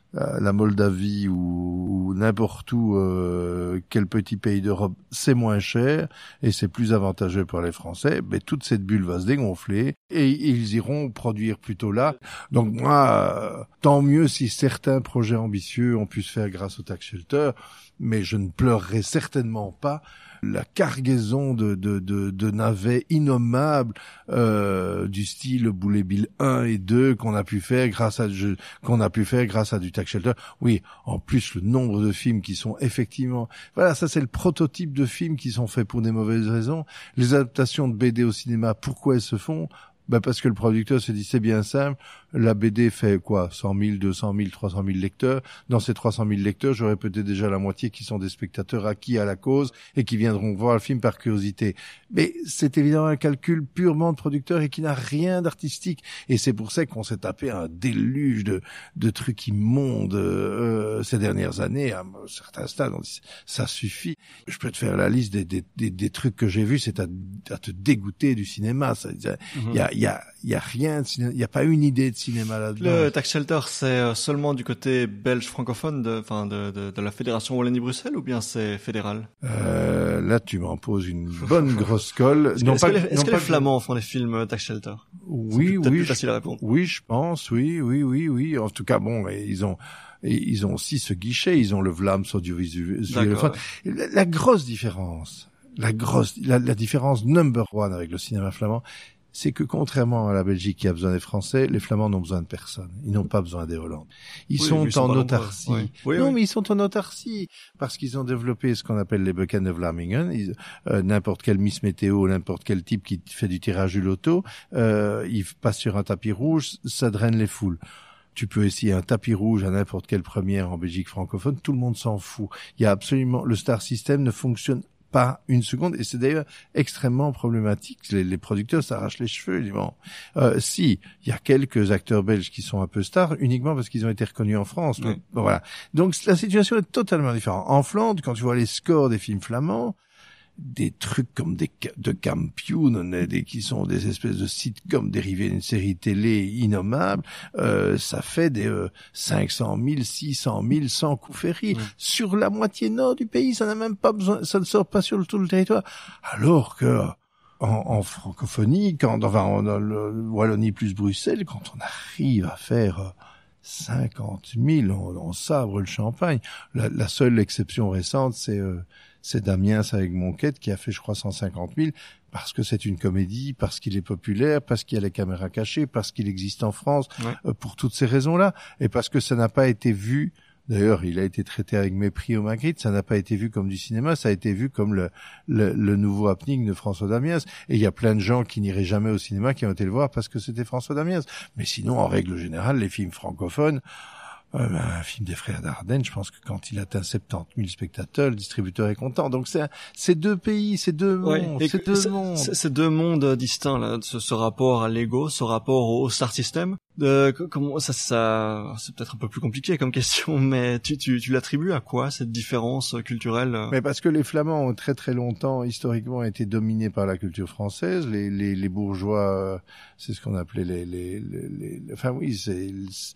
la Moldavie ou, ou n'importe où, euh, quel petit pays d'Europe, c'est moins cher et c'est plus avantageux pour les Français, ben, toute cette bulle va se dégonfler et ils iront produire plutôt là. Donc moi, euh, tant mieux si certains projets ambitieux ont pu se faire grâce au tax shelter, mais je ne pleurerai certainement pas la cargaison de, de, de, de navets innommables euh, du style Boulet Bill un et deux qu'on a pu faire grâce à je, qu'on a pu faire grâce à du tax shelter. Oui, en plus le nombre de films qui sont effectivement, voilà, ça c'est le prototype de films qui sont faits pour des mauvaises raisons. Les adaptations de B D au cinéma, pourquoi elles se font? Ben parce que le producteur se dit c'est bien simple, la B D fait quoi, cent mille, deux cent mille, trois cent mille lecteurs. Dans ces trois cent mille lecteurs, j'aurais peut-être déjà la moitié qui sont des spectateurs acquis à la cause et qui viendront voir le film par curiosité. Mais c'est évidemment un calcul purement de producteur et qui n'a rien d'artistique. Et c'est pour ça qu'on s'est tapé un déluge de, de trucs immondes euh, ces dernières années. À certains stades, on dit ça suffit. Je peux te faire la liste des, des, des, des trucs que j'ai vus, c'est à, à te dégoûter du cinéma. Ça, il mm-hmm. y a Il y a, il y a rien de cinéma, il y a pas une idée de cinéma là-dedans. Le tax shelter, c'est seulement du côté belge francophone de, enfin, de, de, de la fédération Wallonie-Bruxelles ou bien c'est fédéral? Euh, là, tu m'en poses une bonne grosse colle. Est-ce que, est-ce que les, est-ce que les Flamands font des films tax shelter? Oui, oui. Plus facile à répondre. Oui, je pense, oui, oui, oui, oui. En tout cas, bon, ils ont, ils ont aussi ce guichet, ils ont le Vlaams audiovisuel. La, la grosse différence, la grosse, la, la différence number one avec le cinéma flamand, c'est que contrairement à la Belgique qui a besoin des Français, les Flamands n'ont besoin de personne. Ils n'ont pas besoin des Hollandais. Ils oui, sont en sont autarcie. Oui. Oui, non, oui. mais ils sont en autarcie parce qu'ils ont développé ce qu'on appelle les Buchan de Vlamingen. Ils, euh, n'importe quel Miss Météo, n'importe quel type qui fait du tirage du loto, euh, il passe sur un tapis rouge, ça draine les foules. Tu peux essayer un tapis rouge à n'importe quelle première en Belgique francophone, tout le monde s'en fout. Il y a absolument, le star system ne fonctionne pas une seconde, et c'est d'ailleurs extrêmement problématique. Les, les producteurs s'arrachent les cheveux. Ils disent, bon, euh, si, il y a quelques acteurs belges qui sont un peu stars, uniquement parce qu'ils ont été reconnus en France. Oui. Bon, voilà. Donc la situation est totalement différente. En Flandre, quand tu vois les scores des films flamands, des trucs comme des de Kampioen, des qui sont des espèces de sitcoms dérivés d'une série télé innommable, euh, ça fait des euh, cinq cent mille, six cent mille sans coup féri. Mmh. Sur la moitié nord du pays, ça n'a même pas besoin, ça ne sort pas sur tout le territoire. Alors que en, en francophonie, quand enfin dans le Wallonie plus Bruxelles, quand on arrive à faire cinquante mille, on, on sabre le champagne. La, la seule exception récente, c'est euh, c'est Damiens avec Monquette qui a fait, je crois, cent cinquante mille, parce que c'est une comédie, parce qu'il est populaire, parce qu'il y a les caméras cachées, parce qu'il existe en France, ouais. euh, pour toutes ces raisons-là, et parce que ça n'a pas été vu. D'ailleurs, il a été traité avec mépris au Magritte, ça n'a pas été vu comme du cinéma, ça a été vu comme le, le, le nouveau happening de François Damiens. Et il y a plein de gens qui n'iraient jamais au cinéma qui ont été le voir parce que c'était François Damiens. Mais sinon, en règle générale, les films francophones, Euh, un film des frères Dardenne, je pense que quand il atteint soixante-dix mille spectateurs, le distributeur est content. Donc c'est, un, c'est deux pays, c'est deux mondes, ouais, c'est deux c'est, mondes. C'est, c'est deux mondes distincts là, ce, ce rapport à l'ego, ce rapport au star system. De, comment ça, ça, c'est peut-être un peu plus compliqué comme question, mais tu, tu, tu l'attribues à quoi cette différence culturelle? Mais parce que les Flamands ont très très longtemps historiquement été dominés par la culture française. Les, les, les bourgeois, c'est ce qu'on appelait les, les, les, les enfin oui, c'est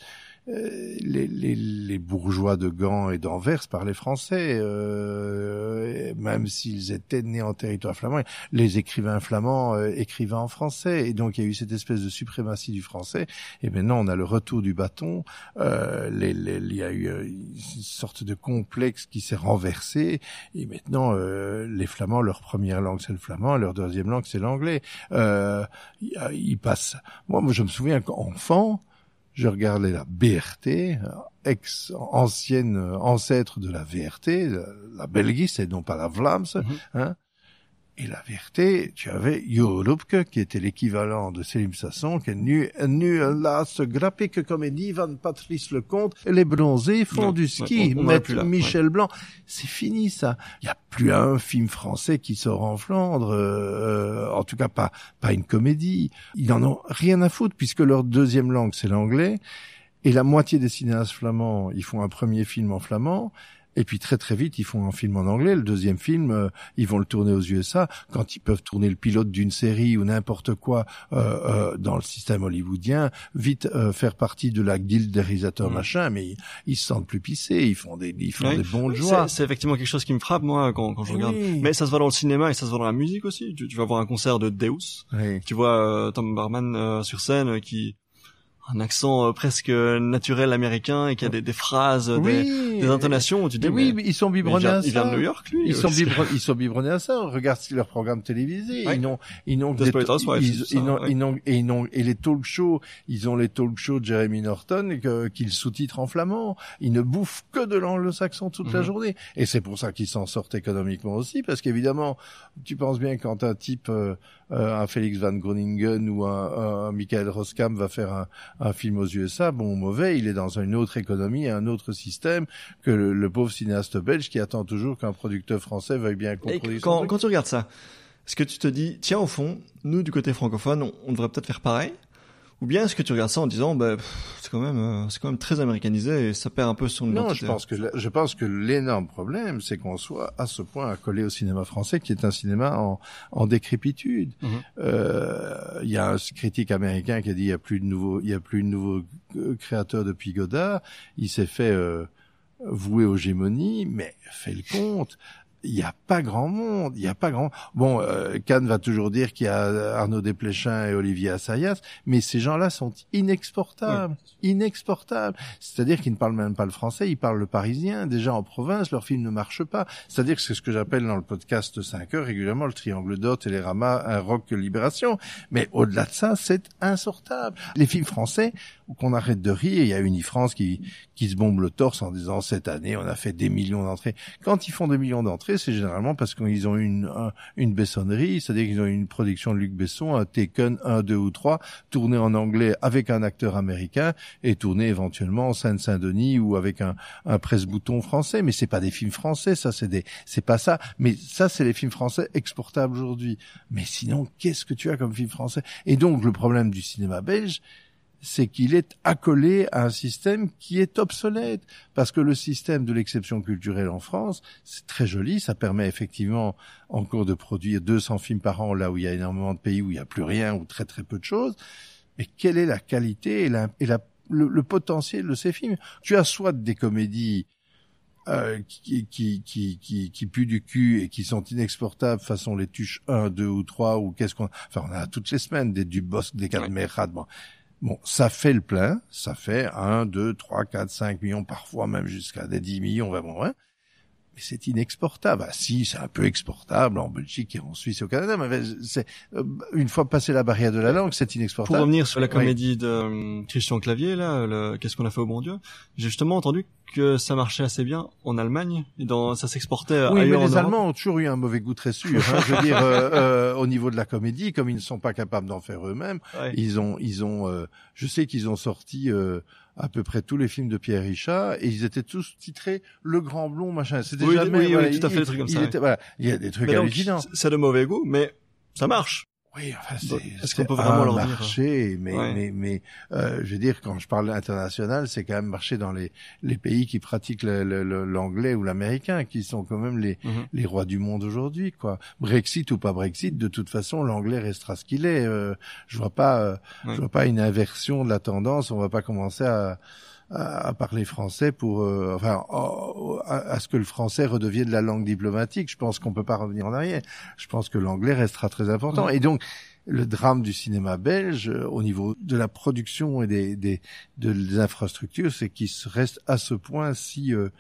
Euh, les, les, les bourgeois de Gand et d'Anvers parlaient français, euh, même s'ils étaient nés en territoire flamand. Les écrivains flamands euh, écrivaient en français, et donc il y a eu cette espèce de suprématie du français. Et maintenant, on a le retour du bâton. Euh, les, les, il y a eu une sorte de complexe qui s'est renversé, et maintenant, euh, les Flamands, leur première langue c'est le flamand, leur deuxième langue c'est l'anglais. Euh, ils passent. Moi, moi, je me souviens qu'enfant, je regardais la B R T, ex ancienne ancêtre de la V R T, la, la Belgie, c'est non pas la Vlaams, mm-hmm. hein. Et la V R T, tu avais Jo Lubke, qui était l'équivalent de Selim Sasson, qui est nu, nu laatste grappige comédie van Patrice Lecomte, et les bronzés font non, du ski, on, on mettent Michel ouais. Blanc. C'est fini, ça. Il n'y a plus un film français qui sort en Flandre, euh, en tout cas pas, pas une comédie. Ils n'en ont rien à foutre, puisque leur deuxième langue, c'est l'anglais, et la moitié des cinéastes flamands, ils font un premier film en flamand. Et puis très très vite, ils font un film en anglais. Le deuxième film, euh, ils vont le tourner aux U S A. Quand ils peuvent tourner le pilote d'une série ou n'importe quoi euh, euh, dans le système hollywoodien, vite euh, faire partie de la guilde des réalisateurs mmh. machin, mais ils, ils se sentent plus pissés. Ils font des, ils font oui. des bons de joie. C'est, c'est effectivement quelque chose qui me frappe moi quand, quand je regarde. Oui. Mais ça se voit dans le cinéma et ça se voit dans la musique aussi. Tu, tu vas voir un concert de Deus. Oui. Tu vois euh, Tom Barman euh, sur scène euh, qui un accent euh, presque naturel américain et qui a des, des phrases, oui, des, des intonations où tu dis mais oui, mais ils sont biberonnés à ça. Il vient de New York, lui. Ils sont biberonnés, ils sont biberonnés à ça. Regarde leurs programmes télévisés. Ouais. Ils n'ont, ils n'ont, des, ils, ils, ils n'ont, ouais. ils n'ont, et ils n'ont, et les talk shows, ils ont les talk shows de Jeremy Norton que, qu'ils sous-titrent en flamand. Ils ne bouffent que de l'anglo-saxon toute mm-hmm. la journée. Et c'est pour ça qu'ils s'en sortent économiquement aussi, parce qu'évidemment, tu penses bien quand un type, euh, un Félix Van Groningen ou un, un Michael Roskam va faire un, un film aux U S A, bon ou mauvais, il est dans une autre économie, un autre système que le, le pauvre cinéaste belge qui attend toujours qu'un producteur français veuille bien contrôler. Quand, quand tu regardes ça, est-ce que tu te dis, tiens, au fond, nous, du côté francophone, on, on devrait peut-être faire pareil? Ou bien est-ce que tu regardes ça en disant, bah, pff, c'est quand même, euh, c'est quand même très américanisé et ça perd un peu son identité? Non, je pense que, je pense que l'énorme problème, c'est qu'on soit à ce point accolé au cinéma français, qui est un cinéma en, en décrépitude. Mm-hmm. Euh, il y a un critique américain qui a dit, il y a plus de nouveaux, il y a plus de nouveaux créateurs depuis Godard. Il s'est fait, euh, vouer aux gémonies, mais fais le compte. Il n'y a pas grand monde, il n'y a pas grand. Bon, euh, Cannes va toujours dire qu'il y a Arnaud Desplechin et Olivier Assayas, mais ces gens-là sont inexportables, oui. inexportables. C'est-à-dire qu'ils ne parlent même pas le français, ils parlent le parisien. Déjà en province, leurs films ne marchent pas. C'est-à-dire que c'est ce que j'appelle dans le podcast cinq heures régulièrement le triangle d'or, Télérama, un rock Libération. Mais au-delà de ça, c'est insortable. Les films français, qu'on arrête de rire, il y a Unifrance qui qui se bombe le torse en disant cette année on a fait des millions d'entrées. Quand ils font des millions d'entrées, c'est généralement parce qu'ils ont une un, une Bessonnerie, c'est-à-dire qu'ils ont une production de Luc Besson, un Taken un, deux ou trois, tourné en anglais avec un acteur américain et tourné éventuellement en Seine-Saint-Denis ou avec un un presse-bouton français. Mais c'est pas des films français, ça c'est des c'est pas ça. Mais ça c'est les films français exportables aujourd'hui. Mais sinon, qu'est-ce que tu as comme film français? Et donc le problème du cinéma belge, c'est qu'il est accolé à un système qui est obsolète. Parce que le système de l'exception culturelle en France, c'est très joli, ça permet effectivement encore de produire deux cents films par an, là où il y a énormément de pays où il n'y a plus rien, ou très très peu de choses. Mais quelle est la qualité et, la, et la, le, le potentiel de ces films? Tu as soit des comédies Euh, qui, qui, qui, qui, qui puent du cul et qui sont inexportables façon les Tuches un, deux ou trois, ou qu'est-ce qu'on... Enfin, on a toutes les semaines des Dubosc, des Cadmerade, bon... Bon, ça fait le plein, ça fait un, deux, trois, quatre, cinq millions, parfois même jusqu'à des dix millions, vraiment, hein. Mais c'est inexportable. Ah, si, c'est un peu exportable en Belgique et en Suisse et au Canada, mais c'est, euh, une fois passé la barrière de la langue, c'est inexportable. Pour revenir sur la comédie oui. de euh, Christian Clavier, là, le, qu'est-ce qu'on a fait au bon Dieu? J'ai justement entendu que ça marchait assez bien en Allemagne, et dans, ça s'exportait oui, ailleurs en mais les Europe. Allemands ont toujours eu un mauvais goût très sûr, hein. Je veux dire, euh, euh, au niveau de la comédie, comme ils ne sont pas capables d'en faire eux-mêmes, ouais. ils ont, ils ont, euh, je sais qu'ils ont sorti, euh, à peu près tous les films de Pierre Richard, et ils étaient tous titrés Le Grand Blond, machin. C'était oui, jamais, oui, voilà, oui, tout à fait, il, des trucs comme il ça. Était, voilà, il y a des trucs mais hallucinants. Donc, c'est de mauvais goût, mais ça marche. Oui, enfin, c'est, donc, est-ce qu'on c'est peut vraiment un leur marché, dire? mais, ouais. mais, mais, euh, je veux dire, quand je parle international, c'est quand même marché dans les, les pays qui pratiquent le, le, le, l'anglais ou l'américain, qui sont quand même les, mm-hmm. les rois du monde aujourd'hui, quoi. Brexit ou pas Brexit, de toute façon, l'anglais restera ce qu'il est. Euh, je vois pas, euh, ouais. je vois pas une inversion de la tendance. On va pas commencer à, à parler français pour, euh, enfin, à, à ce que le français redevienne la langue diplomatique. Je pense qu'on peut pas revenir en arrière. Je pense que l'anglais restera très important. Ouais. Et donc, le drame du cinéma belge, euh, au niveau de la production et des, des, de, des infrastructures, c'est qu'il se reste à ce point si, euh,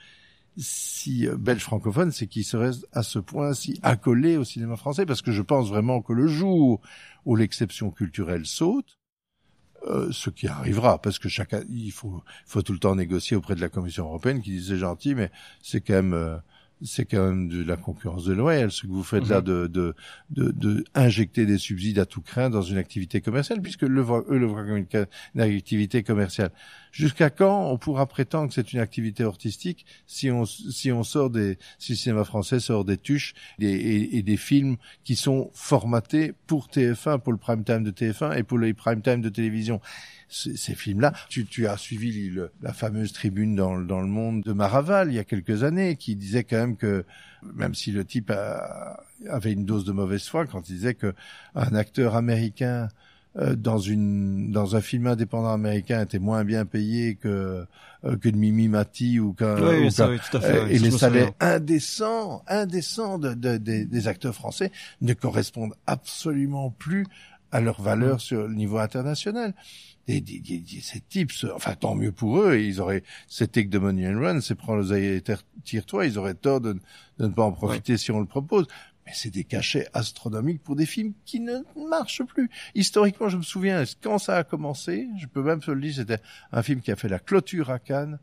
si euh, belge francophone, c'est qu'il se reste à ce point si accolé au cinéma français, parce que je pense vraiment que le jour où l'exception culturelle saute, Euh, ce qui arrivera, parce que chacun, il faut, il faut tout le temps négocier auprès de la Commission européenne qui dit c'est gentil, mais c'est quand même, euh, c'est quand même de la concurrence déloyale, ce que vous faites mmh. là de, de, de, de injecter des subsides à tout crin dans une activité commerciale, puisque le voient, eux le voient comme une, une activité commerciale. Jusqu'à quand on pourra prétendre que c'est une activité artistique si on, si on sort des, si le cinéma français sort des tuches et, et, et des films qui sont formatés pour T F un, pour le prime time de T F un et pour les prime time de télévision. Ces, ces films-là, tu, tu as suivi le, la fameuse tribune dans, dans Le Monde de Maraval il y a quelques années qui disait quand même que, même si le type a, avait une dose de mauvaise foi quand il disait que un acteur américain euh, dans une dans un film indépendant américain était moins bien payé que euh, que de Mimi Mati ou qu'un oui, ou ça, qu'un, oui, tout à fait, euh, oui, et je les me salaires souviens. indécents indécents de, de, de, des acteurs français ne correspondent absolument plus à leur valeur mmh. sur le niveau international. Et, et, et, ces types, enfin tant mieux pour eux, et ils auraient, c'était que de Money and Run, c'est prends l'oseille et tire-toi, ils auraient tort de, de ne pas en profiter ouais. si on le propose. Mais c'est des cachets astronomiques pour des films qui ne marchent plus. Historiquement, je me souviens, quand ça a commencé, je peux même te le dire, c'était un film qui a fait la clôture à Cannes,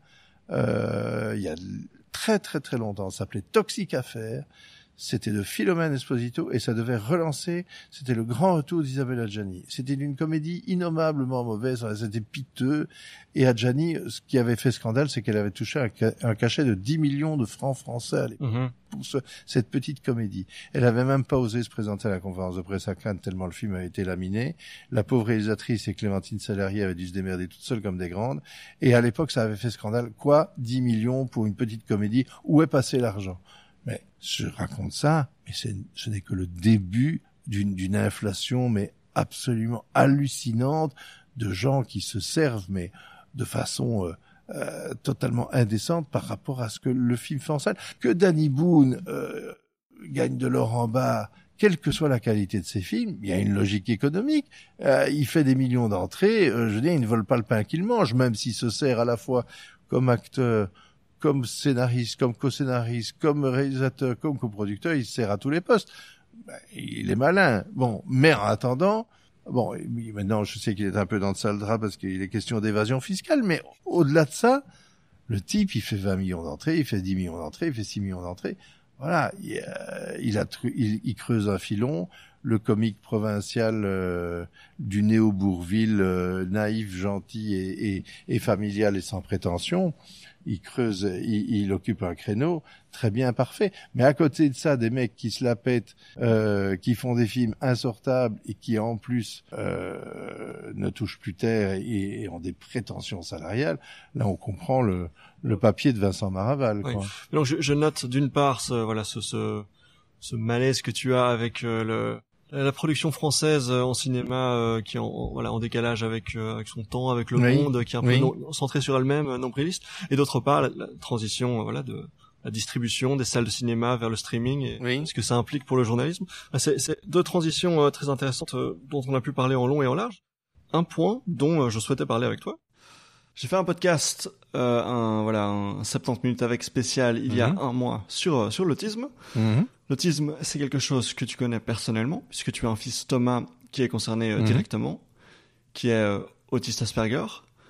euh, il y a très très très longtemps, ça s'appelait Toxic Affair. C'était de Philomène Esposito et ça devait relancer, c'était le grand retour d'Isabelle Adjani. C'était une comédie innommablement mauvaise, c'était piteux. Et Adjani, ce qui avait fait scandale, c'est qu'elle avait touché un, ca- un cachet de dix millions de francs français à l'époque mm-hmm. pour ce, cette petite comédie. Elle avait même pas osé se présenter à la conférence de presse à Cannes tellement le film avait été laminé. La pauvre réalisatrice et Clémentine Salarié avaient dû se démerder toutes seules comme des grandes. Et à l'époque, ça avait fait scandale. Quoi? dix millions pour une petite comédie? Où est passé l'argent? Mais je raconte ça, mais c'est, ce n'est que le début d'une, d'une inflation, mais absolument hallucinante, de gens qui se servent, mais de façon euh, euh, totalement indécente par rapport à ce que le film fait en salle. Que Danny Boone euh, gagne de l'or en bas, quelle que soit la qualité de ses films, il y a une logique économique. Euh, il fait des millions d'entrées, euh, je veux dire, il ne vole pas le pain qu'il mange, même s'il se sert à la fois comme acteur, comme scénariste, comme co-scénariste, comme réalisateur, comme coproducteur, il se sert à tous les postes. Ben, il est malin. Bon, mais en attendant, bon, maintenant je sais qu'il est un peu dans le sale drap parce qu'il est question d'évasion fiscale, mais au-delà de ça, le type, il fait vingt millions d'entrées, il fait dix millions d'entrées, il fait six millions d'entrées. Voilà, il, euh, il, a, il, il creuse un filon. Le comique provincial euh, du néo-Bourville, euh, naïf, gentil et, et, et familial et sans prétention, il creuse, il, il occupe un créneau très bien parfait. Mais à côté de ça, des mecs qui se la pètent, euh, qui font des films insortables et qui en plus euh, ne touchent plus terre et, et ont des prétentions salariales, là on comprend le, le papier de Vincent Maraval. Oui. Quoi. Donc je, je note d'une part ce, voilà, ce, ce, ce malaise que tu as avec euh, le... la production française en cinéma euh, qui est en, voilà, en décalage avec euh, avec son temps, avec le oui. monde, qui est un oui. peu non, centré sur elle-même, nombriliste, et d'autre part la, la transition euh, voilà de la distribution des salles de cinéma vers le streaming et oui. ce que ça implique pour le journalisme. C'est, c'est deux transitions euh, très intéressantes euh, dont on a pu parler en long et en large. Un point dont euh, je souhaitais parler avec toi. J'ai fait un podcast, euh, un voilà, un soixante-dix minutes avec spécial il mm-hmm. y a un mois sur sur l'autisme. Mm-hmm. L'autisme, c'est quelque chose que tu connais personnellement, puisque tu as un fils Thomas qui est concerné euh, mm-hmm. directement, qui est euh, autiste Asperger.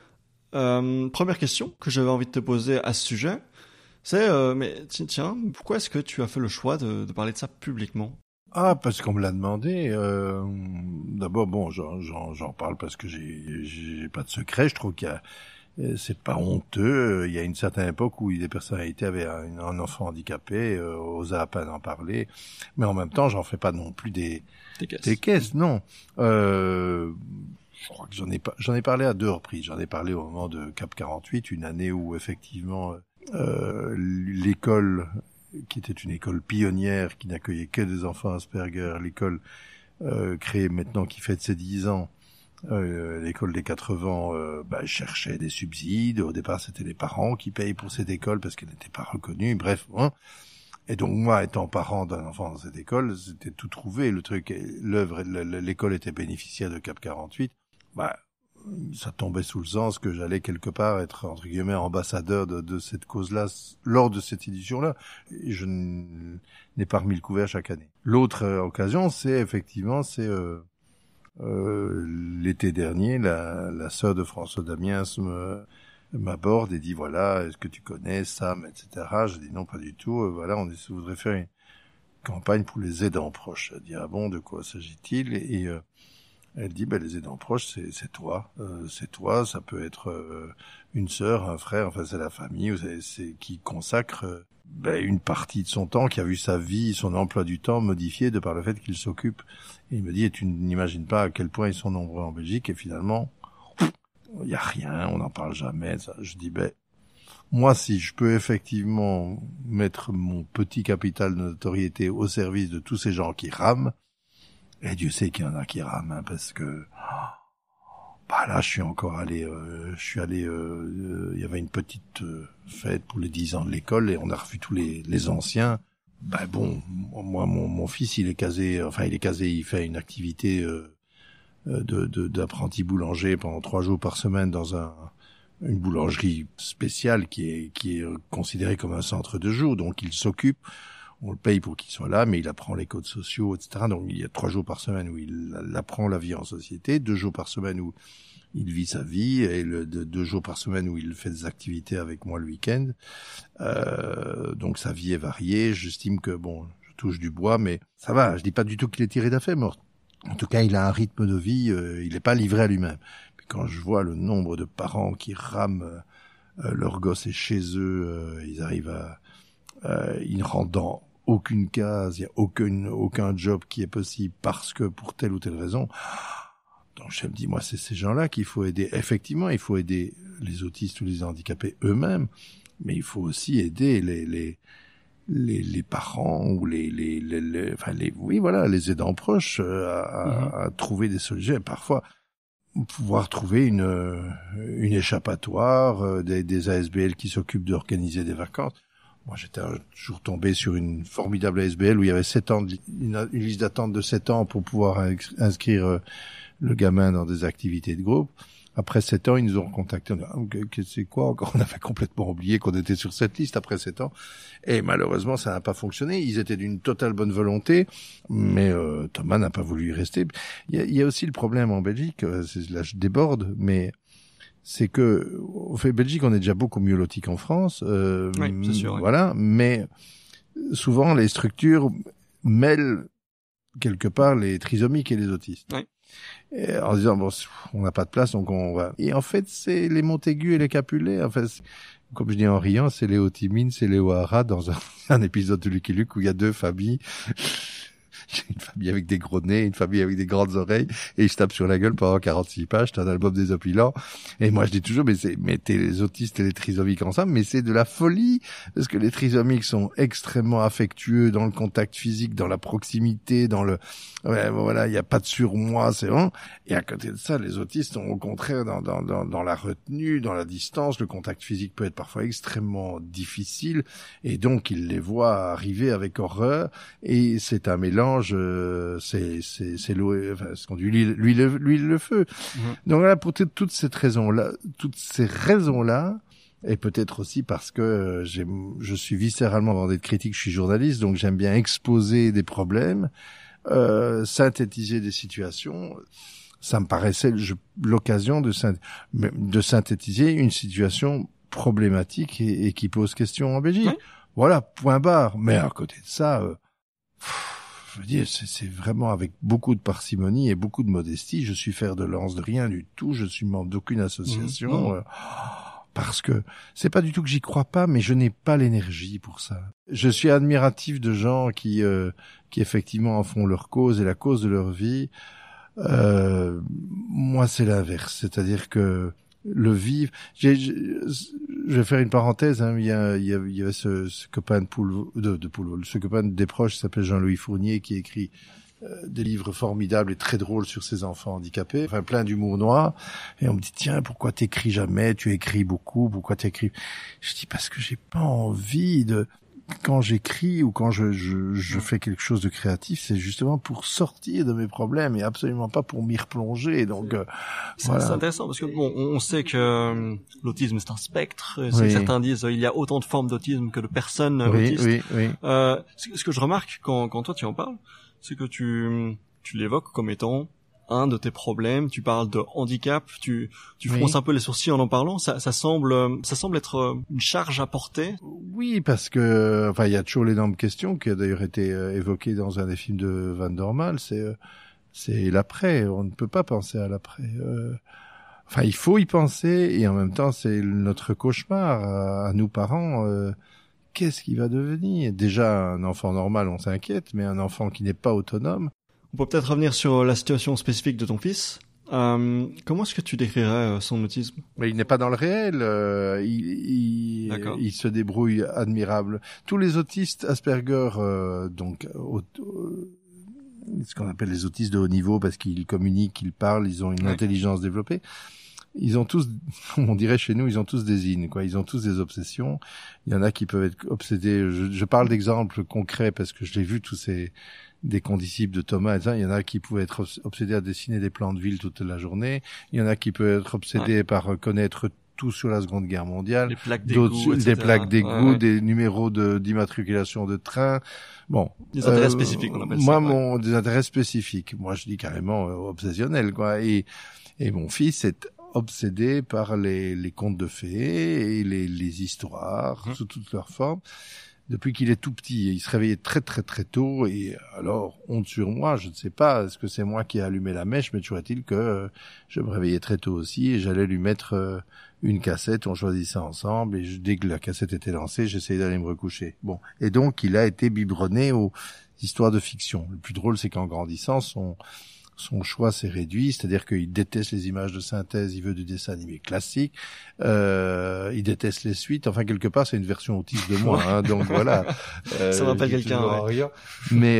Euh, première question que j'avais envie de te poser à ce sujet, c'est euh, mais tiens, pourquoi est-ce que tu as fait le choix de, de parler de ça publiquement ? Ah, parce qu'on me l'a demandé. Euh, d'abord, bon, j'en, j'en, j'en parle parce que j'ai, j'ai pas de secret. Je trouve qu'il y a, c'est pas honteux. Il y a une certaine époque où des personnalités avaient un, un enfant handicapé, euh, osaient à peine en parler. Mais en même temps, j'en fais pas non plus des, des caisses. Des caisses, non. Euh, je crois que j'en ai pas, j'en ai parlé à deux reprises. J'en ai parlé au moment de Cap quarante-huit, une année où effectivement euh, l'école, qui était une école pionnière, qui n'accueillait que des enfants Asperger, l'école euh, créée maintenant qui fête ses dix ans, euh, l'école des quatre-vingts, euh, bah, cherchait des subsides. Au départ, c'était les parents qui payent pour cette école parce qu'elle n'était pas reconnue. Bref, hein. Et donc moi, étant parent d'un enfant dans cette école, c'était tout trouvé. Le truc, l'œuvre, l'école était bénéficiaire de Cap quarante-huit. Bah, ça tombait sous le sens que j'allais quelque part être, entre guillemets, ambassadeur de, de cette cause-là lors de cette édition-là. Et je n'ai pas remis le couvert chaque année. L'autre euh, occasion, c'est effectivement, c'est euh, euh, l'été dernier, la, la sœur de François Damiens me, m'aborde et dit voilà, est-ce que tu connais Sam, et cetera. Je dis non, pas du tout. Euh, voilà, on est, voudrait faire une campagne pour les aidants proches. Elle dit ah bon, de quoi s'agit-il? Et euh, elle dit ben les aidants proches, c'est, c'est toi, euh, c'est toi. Ça peut être euh, une sœur, un frère, enfin c'est la famille, c'est, c'est qui consacre euh, ben, une partie de son temps, qui a vu sa vie, son emploi du temps modifié de par le fait qu'il s'occupe. Et il me dit et tu n'imagines pas à quel point ils sont nombreux en Belgique. Et finalement, il y a rien, on n'en parle jamais. Ça. Je dis ben moi, si je peux effectivement mettre mon petit capital de notoriété au service de tous ces gens qui rament, et Dieu sait qu'il y en a qui rament, hein, parce que bah là, je suis encore allé, euh, je suis allé, il euh, euh, y avait une petite euh, fête pour les dix ans de l'école et on a revu tous les, les anciens. Ben bon, moi, mon, mon fils, il est casé, enfin, il est casé, il fait une activité euh, de, de d'apprenti boulanger pendant trois jours par semaine dans un une boulangerie spéciale qui est qui est considérée comme un centre de jour, donc il s'occupe, on le paye pour qu'il soit là, mais il apprend les codes sociaux, et cetera. Donc il y a trois jours par semaine où il apprend la vie en société, deux jours par semaine où il vit sa vie, et le, de, deux jours par semaine où il fait des activités avec moi le week-end. Euh, donc sa vie est variée. J'estime que bon, je touche du bois, mais ça va. Je dis pas du tout qu'il est tiré d'affaire, mais en tout cas il a un rythme de vie, euh, il n'est pas livré à lui-même. Quand je vois le nombre de parents qui rament euh, leur gosse est chez eux, euh, ils arrivent à, euh, ils ne rentrent dans aucune case, il y a aucun aucun job qui est possible parce que pour telle ou telle raison. Donc je me dis moi c'est ces gens-là qu'il faut aider. Effectivement, il faut aider les autistes ou les handicapés eux-mêmes, mais il faut aussi aider les les les, les parents ou les les, les les enfin les oui voilà les aidants proches euh, à, mmh. à trouver des solutions. Et parfois pouvoir trouver une une échappatoire, euh, des, des A S B L qui s'occupent d'organiser des vacances. Moi, j'étais un jour tombé sur une formidable A S B L où il y avait sept ans, de, une, une liste d'attente de sept ans pour pouvoir inscrire euh, le gamin dans des activités de groupe. Après sept ans, ils nous ont contactés. On a dit, ah, c'est quoi encore? On avait complètement oublié qu'on était sur cette liste après sept ans. Et malheureusement, ça n'a pas fonctionné. Ils étaient d'une totale bonne volonté, mais euh, Thomas n'a pas voulu y rester. Il y a, il y a aussi le problème en Belgique, c'est, là je déborde, mais c'est que, au fait, Belgique, on est déjà beaucoup mieux loti qu'en France. Euh, oui, c'est sûr. Voilà, oui. Mais souvent, les structures mêlent quelque part les trisomiques et les autistes. Oui. Et en disant bon, on n'a pas de place, donc on va. Et en fait, c'est les Montaigu et les Capulet. En fait, comme je dis en riant, c'est Léo Timine, c'est Léo Hara dans un, un épisode de Lucky Luke où il y a deux familles. Une famille avec des gros nez, une famille avec des grandes oreilles, et ils se tapent sur la gueule pendant quarante-six pages. C'est un album désopilant. Et moi, je dis toujours, mais c'est, mettez les autistes et les trisomiques ensemble, mais c'est de la folie, parce que les trisomiques sont extrêmement affectueux dans le contact physique, dans la proximité, dans le, ouais, voilà, il n'y a pas de surmoi, c'est bon. Et à côté de ça, les autistes sont au contraire dans, dans, dans, dans la retenue, dans la distance. Le contact physique peut être parfois extrêmement difficile, et donc ils les voient arriver avec horreur, et c'est un mélange. Euh, c'est c'est c'est l'eau, enfin, ce qu'on dit l'huile, l'huile, l'huile le feu. Mmh. Donc voilà, pour t- toutes ces raisons-là, toutes ces raisons-là, et peut-être aussi parce que euh, j'ai, je suis viscéralement dans des critiques, je suis journaliste, donc j'aime bien exposer des problèmes, euh, synthétiser des situations. Ça me paraissait je, l'occasion de, de synthétiser une situation problématique et, et qui pose question en Belgique. Mmh. Voilà, point barre. Mais à côté de ça. Euh, pff, Je veux dire, c'est, c'est vraiment avec beaucoup de parcimonie et beaucoup de modestie. Je suis fer de lance de rien du tout. Je suis membre d'aucune association. Mmh. Euh, parce que c'est pas du tout que j'y crois pas, mais je n'ai pas l'énergie pour ça. Je suis admiratif de gens qui, euh, qui effectivement en font leur cause et la cause de leur vie. Euh, moi, c'est l'inverse. C'est-à-dire que le vivre. J'ai, j'ai, je vais faire une parenthèse. Hein, il y a, il y a, il y avait ce, ce copain de Poule, de, de Poule, ce copain des proches qui s'appelle Jean-Louis Fournier, qui écrit euh, des livres formidables et très drôles sur ses enfants handicapés, enfin plein d'humour noir. Et on me dit tiens, pourquoi t'écris jamais? Tu écris beaucoup. Pourquoi t'écris? Je dis parce que j'ai pas envie de. Quand j'écris ou quand je, je, je fais quelque chose de créatif, c'est justement pour sortir de mes problèmes et absolument pas pour m'y replonger. Donc, euh, c'est, voilà. C'est intéressant parce que bon, on sait que euh, l'autisme c'est un spectre. Oui. Certains disent euh, il y a autant de formes d'autisme que de personnes oui, autistes. Oui, oui. Euh, ce, ce que je remarque quand, quand toi tu en parles, c'est que tu, tu l'évoques comme étant un de tes problèmes. Tu parles de handicap, tu tu fronces oui. un peu les sourcils en en parlant. Ça, ça semble ça semble être une charge à porter. Oui, parce que enfin il y a toujours l'énorme question qui a d'ailleurs été euh, évoquée dans un des films de Van Dormael, c'est euh, c'est l'après. On ne peut pas penser à l'après. Euh, enfin, il faut y penser et en même temps c'est notre cauchemar à, à nous parents. Euh, Qu'est-ce qu'il va devenir? Déjà, un enfant normal, on s'inquiète, mais un enfant qui n'est pas autonome. On peut peut-être revenir sur la situation spécifique de ton fils. Euh, comment est-ce que tu décrirais son autisme? Mais il n'est pas dans le réel. Euh, il, il, il se débrouille admirable. Tous les autistes Asperger, euh, donc au, euh, ce qu'on appelle les autistes de haut niveau, parce qu'ils communiquent, ils parlent, ils ont une ouais. intelligence développée. Ils ont tous, on dirait chez nous, ils ont tous des in, quoi. Ils ont tous des obsessions. Il y en a qui peuvent être obsédés. Je, je parle d'exemples concrets parce que je l'ai vu tous ces des condisciples de Thomas. Il y en a qui pouvaient être obsédés à dessiner des plans de ville toute la journée. Il y en a qui peuvent être obsédés ouais. par connaître tout sur la Seconde Guerre mondiale. Les plaques d'égout, des plaques d'égout, ouais, ouais. des numéros de d'immatriculation de train. Bon, des intérêts euh, spécifiques, on appelle moi, ça. Moi, mon ouais. des intérêts spécifiques. Moi, je dis carrément euh, obsessionnel, quoi. Et et mon fils est obsédé par les, les contes de fées et les, les histoires mmh. sous toutes leurs formes. Depuis qu'il est tout petit, il se réveillait très très très tôt et alors, honte sur moi, je ne sais pas, est-ce que c'est moi qui ai allumé la mèche, mais toujours est-il que euh, je me réveillais très tôt aussi et j'allais lui mettre euh, une cassette, on choisissait ensemble et je, dès que la cassette était lancée, j'essayais d'aller me recoucher. Bon, et donc il a été biberonné aux histoires de fiction. Le plus drôle, c'est qu'en grandissant, son son choix s'est réduit, c'est-à-dire qu'il déteste les images de synthèse, il veut du dessin animé classique, euh, il déteste les suites, enfin quelque part c'est une version autiste de moi, hein, donc voilà. Euh, ça m'appelle quelqu'un. Ouais. Mais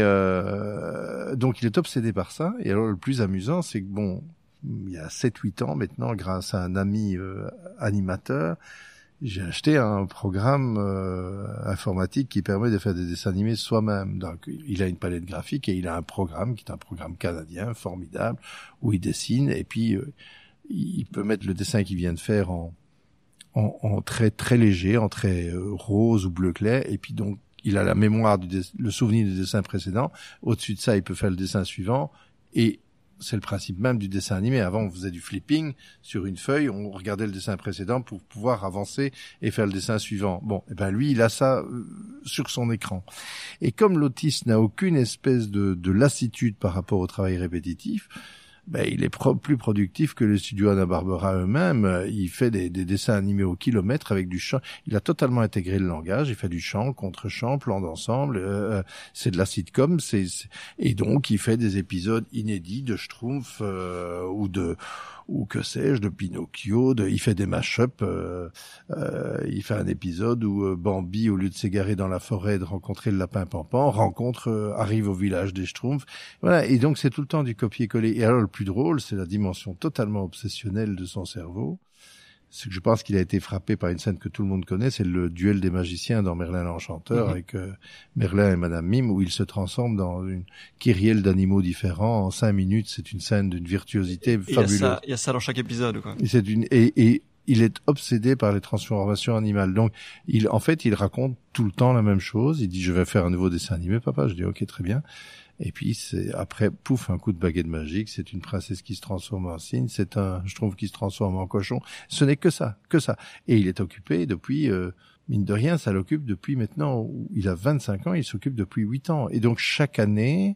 euh, donc il est obsédé par ça, et alors le plus amusant c'est que bon, il y a sept huit ans maintenant, grâce à un ami euh, animateur, j'ai acheté un programme euh, informatique qui permet de faire des dessins animés soi-même. Donc, il a une palette graphique et il a un programme qui est un programme canadien formidable où il dessine et puis euh, il peut mettre le dessin qu'il vient de faire en en, en traits très légers, en traits euh, rose ou bleu clair. Et puis donc, il a la mémoire du dess- le souvenir du dessin précédent. Au-dessus de ça, il peut faire le dessin suivant et c'est le principe même du dessin animé. Avant, on faisait du flipping sur une feuille, on regardait le dessin précédent pour pouvoir avancer et faire le dessin suivant. Bon, et ben lui, il a ça euh, sur son écran. Et comme l'autiste n'a aucune espèce de, de lassitude par rapport au travail répétitif, ben il est pro- plus productif que les studios Hanna-Barbera eux-mêmes. Il fait des, des dessins animés au kilomètre avec du chant. Il a totalement intégré le langage. Il fait du chant, contre-chant, plan d'ensemble. Euh, c'est de la sitcom. C'est, c'est... Et donc, il fait des épisodes inédits de Schtroumpf euh, ou de ou que sais-je, de Pinocchio. De... Il fait des mash-up. Euh, euh, il fait un épisode où euh, Bambi, au lieu de s'égarer dans la forêt et de rencontrer le lapin Pampan, rencontre euh, arrive au village des Schtroumpfs. Voilà. Et donc, c'est tout le temps du copier-coller. Et alors, le plus drôle, c'est la dimension totalement obsessionnelle de son cerveau. C'est que je pense qu'il a été frappé par une scène que tout le monde connaît, c'est le duel des magiciens dans Merlin l'Enchanteur, mmh. avec euh, Merlin et Madame Mime, où ils se transforment dans une kyrielle d'animaux différents en cinq minutes. C'est une scène d'une virtuosité et fabuleuse. Il y a ça, il y a ça dans chaque épisode, quoi. Et c'est une et, et il est obsédé par les transformations animales. Donc, il en fait, il raconte tout le temps la même chose. Il dit, je vais faire un nouveau dessin animé, papa. Je dis, ok, très bien. Et puis c'est après pouf un coup de baguette magique, c'est une princesse qui se transforme en cygne, c'est un je trouve qui se transforme en cochon. Ce n'est que ça, que ça. Et il est occupé depuis euh, mine de rien, ça l'occupe depuis maintenant il a vingt-cinq ans, il s'occupe depuis huit ans. Et donc chaque année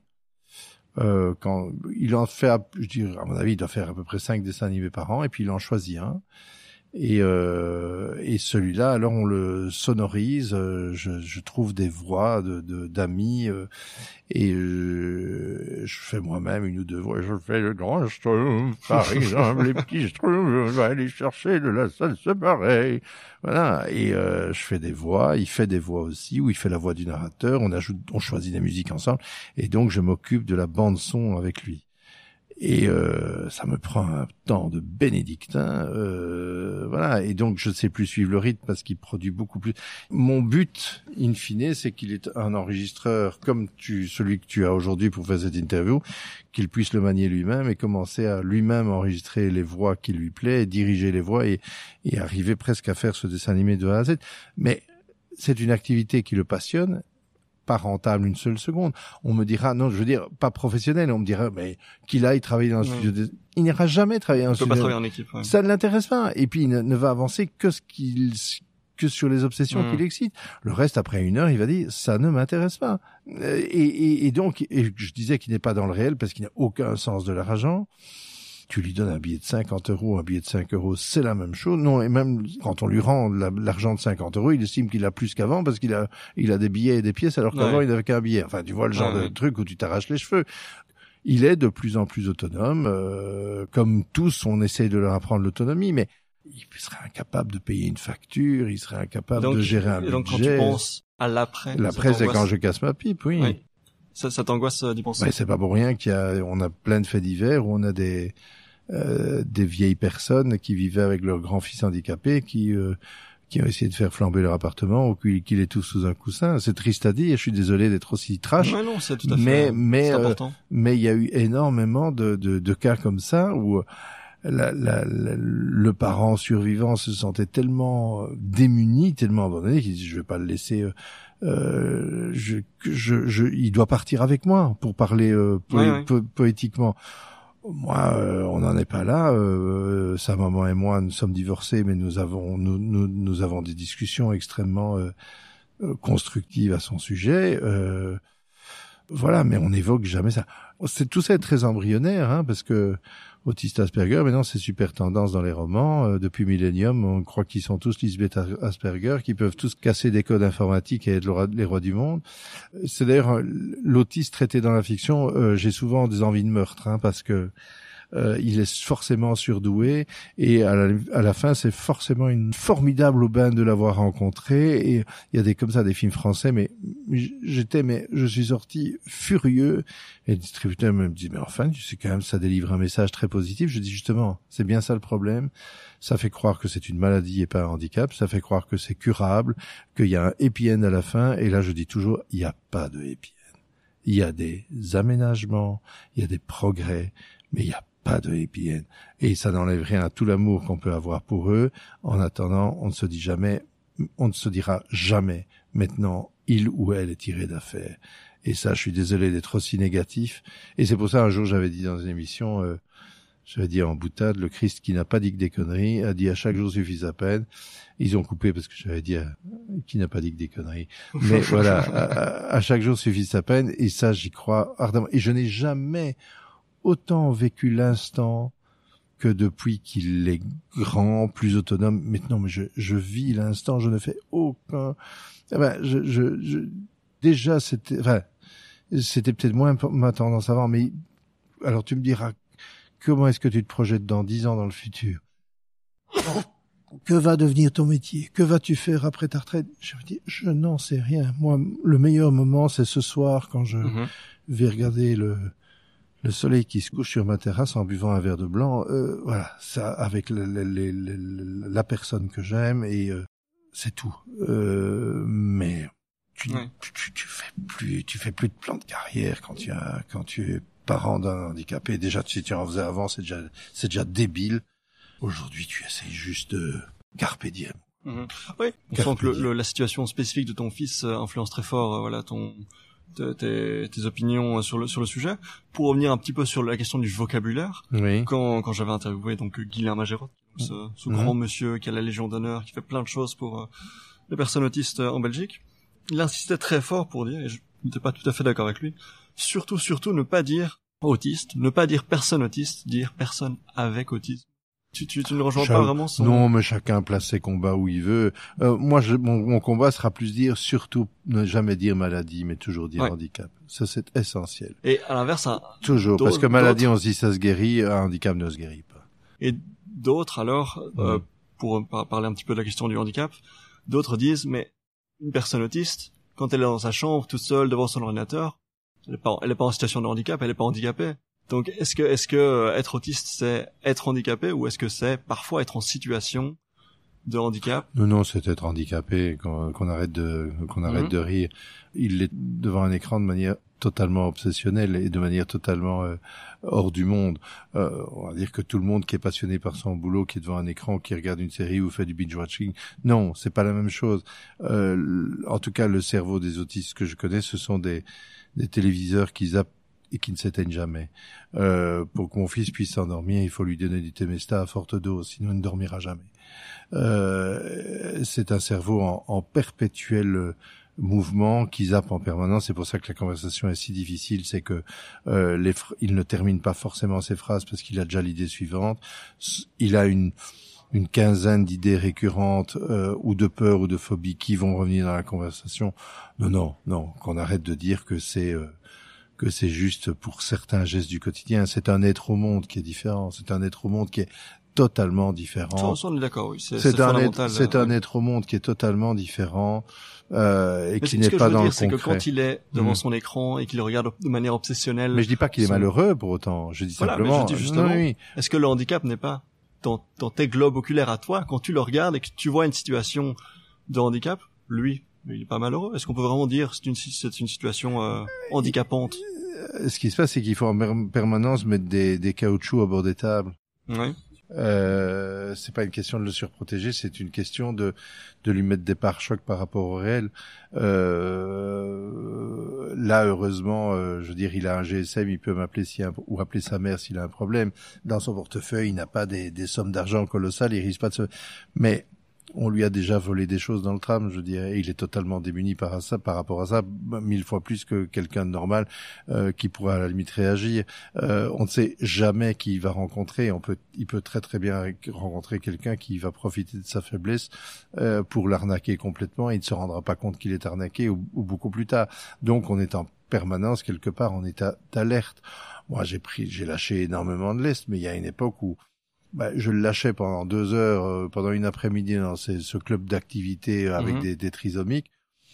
euh, quand il en fait je dirais à mon avis, il doit faire à peu près cinq dessins animés par an et puis il en choisit un. Et, euh, et celui-là, alors on le sonorise. Euh, je, je trouve des voix de, de d'amis euh, et euh, je fais moi-même une ou deux voix. Je fais le grand Schtroumpf, par exemple, les petits Schtroumpfs, je vais aller chercher de la salse pareil. Voilà. Et euh, je fais des voix. Il fait des voix aussi, où il fait la voix du narrateur. On ajoute, on choisit des musiques ensemble. Et donc je m'occupe de la bande son avec lui. Et euh, ça me prend un temps de bénédictin, euh, voilà. Et donc je ne sais plus suivre le rythme parce qu'il produit beaucoup plus. Mon but, in fine, c'est qu'il est un enregistreur comme tu, celui que tu as aujourd'hui pour faire cette interview, qu'il puisse le manier lui-même et commencer à lui-même enregistrer les voix qui lui plaît, et diriger les voix et, et arriver presque à faire ce dessin animé de A à Z. Mais c'est une activité qui le passionne. pas rentable une seule seconde. On me dira, non, je veux dire, pas professionnel, on me dira, mais qu'il aille travailler dans un ouais. studio. De... Il n'ira jamais travailler dans un il peut studio. pas travailler en équipe. Ouais. Ça ne l'intéresse pas. Et puis, il ne, ne va avancer que ce qu'il, que sur les obsessions mmh. qui l'excitent. Le reste, après une heure, il va dire, ça ne m'intéresse pas. Et, et, et donc, et je disais qu'il n'est pas dans le réel parce qu'il n'a aucun sens de l'argent. Tu lui donnes un billet de cinquante euros, un billet de cinq euros, c'est la même chose. Non, et même quand on lui rend la, l'argent de cinquante euros, il estime qu'il a plus qu'avant parce qu'il a, il a des billets et des pièces alors qu'avant, ouais. il n'avait qu'un billet. Enfin, tu vois le genre ouais. de truc où tu t'arraches les cheveux. Il est de plus en plus autonome. Euh, comme tous, on essaye de leur apprendre l'autonomie, mais il serait incapable de payer une facture, il serait incapable donc, de gérer un budget. Donc, quand tu penses à l'après... L'après, c'est quand je casse ma pipe, oui. oui. Ça, ça t'angoisse d'y penser. Ouais, c'est pas pour rien qu'il y a, on a plein de faits divers où on a des, euh, des vieilles personnes qui vivaient avec leur grand-fils handicapé, qui, euh, qui ont essayé de faire flamber leur appartement ou qu'il est tout sous un coussin. C'est triste à dire. Je suis désolé d'être aussi trash. Ouais, non, c'est tout à fait. Mais, mais, c'est euh, important. mais il y a eu énormément de, de, de cas comme ça où la, la, la, le parent survivant se sentait tellement démuni, tellement abandonné qu'il dit je vais pas le laisser. Euh, Euh, je, je, je, il doit partir avec moi pour parler euh, po- ouais, ouais. po- poétiquement. Moi, euh, on n'en est pas là. Euh, sa maman et moi, nous sommes divorcés, mais nous avons, nous, nous, nous avons des discussions extrêmement euh, euh, constructives à son sujet. Euh, voilà, mais on n'évoque jamais ça. C'est tout ça est très embryonnaire, hein, parce que autiste Asperger, maintenant c'est super tendance dans les romans. Euh, depuis Millennium, on croit qu'ils sont tous Lisbeth Asperger, qu'ils peuvent tous casser des codes informatiques et être les rois du monde. C'est d'ailleurs l'autiste traité dans la fiction. Euh, j'ai souvent des envies de meurtre, hein, parce que euh, il est forcément surdoué et à la, à la fin c'est forcément une formidable aubaine de l'avoir rencontré. Et il y a des comme ça des films français, mais j'étais mais je suis sorti furieux. Et le distributeur me dit mais enfin tu sais quand même ça délivre un message très positif. Je dis justement c'est bien ça le problème. Ça fait croire que c'est une maladie et pas un handicap. Ça fait croire que c'est curable, qu'il y a un happy end à la fin. Et là je dis toujours il n'y a pas de happy end. Il y a des aménagements, il y a des progrès, mais il y a pas de happy end. Et ça n'enlève rien à tout l'amour qu'on peut avoir pour eux. En attendant, on ne se dit jamais, on ne se dira jamais, maintenant, il ou elle est tiré d'affaire. Et ça, je suis désolé d'être aussi négatif. Et c'est pour ça, un jour, j'avais dit dans une émission, euh, j'avais dit en boutade, le Christ qui n'a pas dit que des conneries, a dit à chaque jour suffit sa peine. Ils ont coupé parce que j'avais dit, euh, qui n'a pas dit que des conneries. Mais voilà, à, à chaque jour suffit sa peine. Et ça, j'y crois ardemment. Et je n'ai jamais autant vécu l'instant que depuis qu'il est grand, plus autonome. Maintenant, mais je, je vis l'instant, je ne fais aucun... Eh ben, je, je, je... Déjà, c'était... Enfin, c'était peut-être moins ma tendance avant, mais... Alors, tu me diras, comment est-ce que tu te projettes dans dix ans dans le futur? Que va devenir ton métier? Que vas-tu faire après ta retraite? Je me dis, je n'en sais rien. Moi, le meilleur moment, c'est ce soir, quand je mm-hmm. vais regarder le... le soleil qui se couche sur ma terrasse en buvant un verre de blanc, euh, voilà, ça avec le, le, le, le, la personne que j'aime et euh, c'est tout. Euh, mais tu, ouais. tu, tu fais plus, tu fais plus de plan de carrière quand tu as, quand tu es parent d'un handicapé. Déjà, si tu en faisais avant, c'est déjà, c'est déjà débile. Aujourd'hui, tu essayes juste de carpe diem. Mmh. Oui, on sent que le, le, la situation spécifique de ton fils euh, influence très fort, euh, voilà, ton Tes, tes opinions sur le sur le sujet. Pour revenir un petit peu sur la question du vocabulaire, oui. quand quand j'avais interviewé donc Guilain Magérot, ce, ce mmh. grand monsieur qui a la Légion d'honneur, qui fait plein de choses pour euh, les personnes autistes euh, en Belgique, il insistait très fort pour dire, et je n'étais pas tout à fait d'accord avec lui, surtout surtout ne pas dire autiste, ne pas dire personne autiste, dire personne avec autisme. Tu, tu, tu ne rejoins Chaque... pas vraiment son... Non, mais chacun place ses combats où il veut. Euh, moi, je, mon, mon combat sera plus dire, surtout, ne jamais dire maladie, mais toujours dire ouais. handicap. Ça, c'est essentiel. Et à l'inverse... Un... Toujours, parce que maladie, on se dit ça se guérit, un handicap ne se guérit pas. Et d'autres, alors, mmh. euh, pour parler un petit peu de la question du handicap, d'autres disent, mais une personne autiste, quand elle est dans sa chambre, toute seule, devant son ordinateur, elle est pas, elle est pas en situation de handicap, elle est pas handicapée. Donc, est-ce que, est-ce que euh, être autiste, c'est être handicapé, ou est-ce que c'est parfois être en situation de handicap? Non, non, c'est être handicapé, qu'on, qu'on arrête de, qu'on arrête mmh. de rire. Il est devant un écran de manière totalement obsessionnelle et de manière totalement euh, hors du monde. Euh, on va dire que tout le monde qui est passionné par son boulot, qui est devant un écran, qui regarde une série ou fait du binge-watching, non, c'est pas la même chose. Euh, en tout cas, le cerveau des autistes que je connais, ce sont des, des téléviseurs qui zappent et qui ne s'éteignent jamais. Euh, pour que mon fils puisse s'endormir, il faut lui donner du Temesta à forte dose, sinon il ne dormira jamais. Euh, c'est un cerveau en, en perpétuel mouvement qui zappe en permanence. C'est pour ça que la conversation est si difficile, c'est que euh, les fr- il ne termine pas forcément ses phrases parce qu'il a déjà l'idée suivante. Il a une une quinzaine d'idées récurrentes euh, ou de peur ou de phobie qui vont revenir dans la conversation. Non, non, non, qu'on arrête de dire que c'est euh, que c'est juste pour certains gestes du quotidien. C'est un être au monde qui est différent. C'est un être au monde qui est totalement différent. Ça, on est d'accord, oui. C'est, c'est, c'est un fondamental. Être, c'est un être au monde qui est totalement différent euh, et mais qui n'est pas dans le concret. Ce que je veux dire, c'est que quand il est devant mmh. son écran et qu'il regarde de manière obsessionnelle... Mais je dis pas qu'il son... est malheureux pour autant. Je dis voilà, simplement... Mais je dis justement, oui, oui. Est-ce que le handicap n'est pas dans, dans tes globes oculaires à toi, quand tu le regardes et que tu vois une situation de handicap, lui, il est pas malheureux. Est-ce qu'on peut vraiment dire que c'est une, c'est une situation euh, handicapante? Ce qui se passe, c'est qu'il faut en permanence mettre des, des caoutchoucs à bord des tables. Oui. Euh, c'est pas une question de le surprotéger, c'est une question de de lui mettre des pare-chocs par rapport au réel. Euh, là, heureusement, euh, je veux dire, il a un G S M, il peut m'appeler s'il y a un, ou appeler sa mère s'il a un problème. Dans son portefeuille, il n'a pas des, des sommes d'argent colossales, il risque pas de se... Mais on lui a déjà volé des choses dans le tram, je dirais, et il est totalement démuni par ça, par rapport à ça, mille fois plus que quelqu'un de normal euh, qui pourrait à la limite réagir. Euh, on ne sait jamais qui il va rencontrer. On peut, il peut très très bien rencontrer quelqu'un qui va profiter de sa faiblesse euh, pour l'arnaquer complètement. Et il ne se rendra pas compte qu'il est arnaqué ou, ou beaucoup plus tard. Donc on est en permanence quelque part en état d'alerte. Moi, j'ai pris, j'ai lâché énormément de lest, mais il y a une époque où Bah, je le lâchais pendant deux heures, euh, pendant une après-midi dans ces, ce club d'activité avec mmh. des, des trisomiques.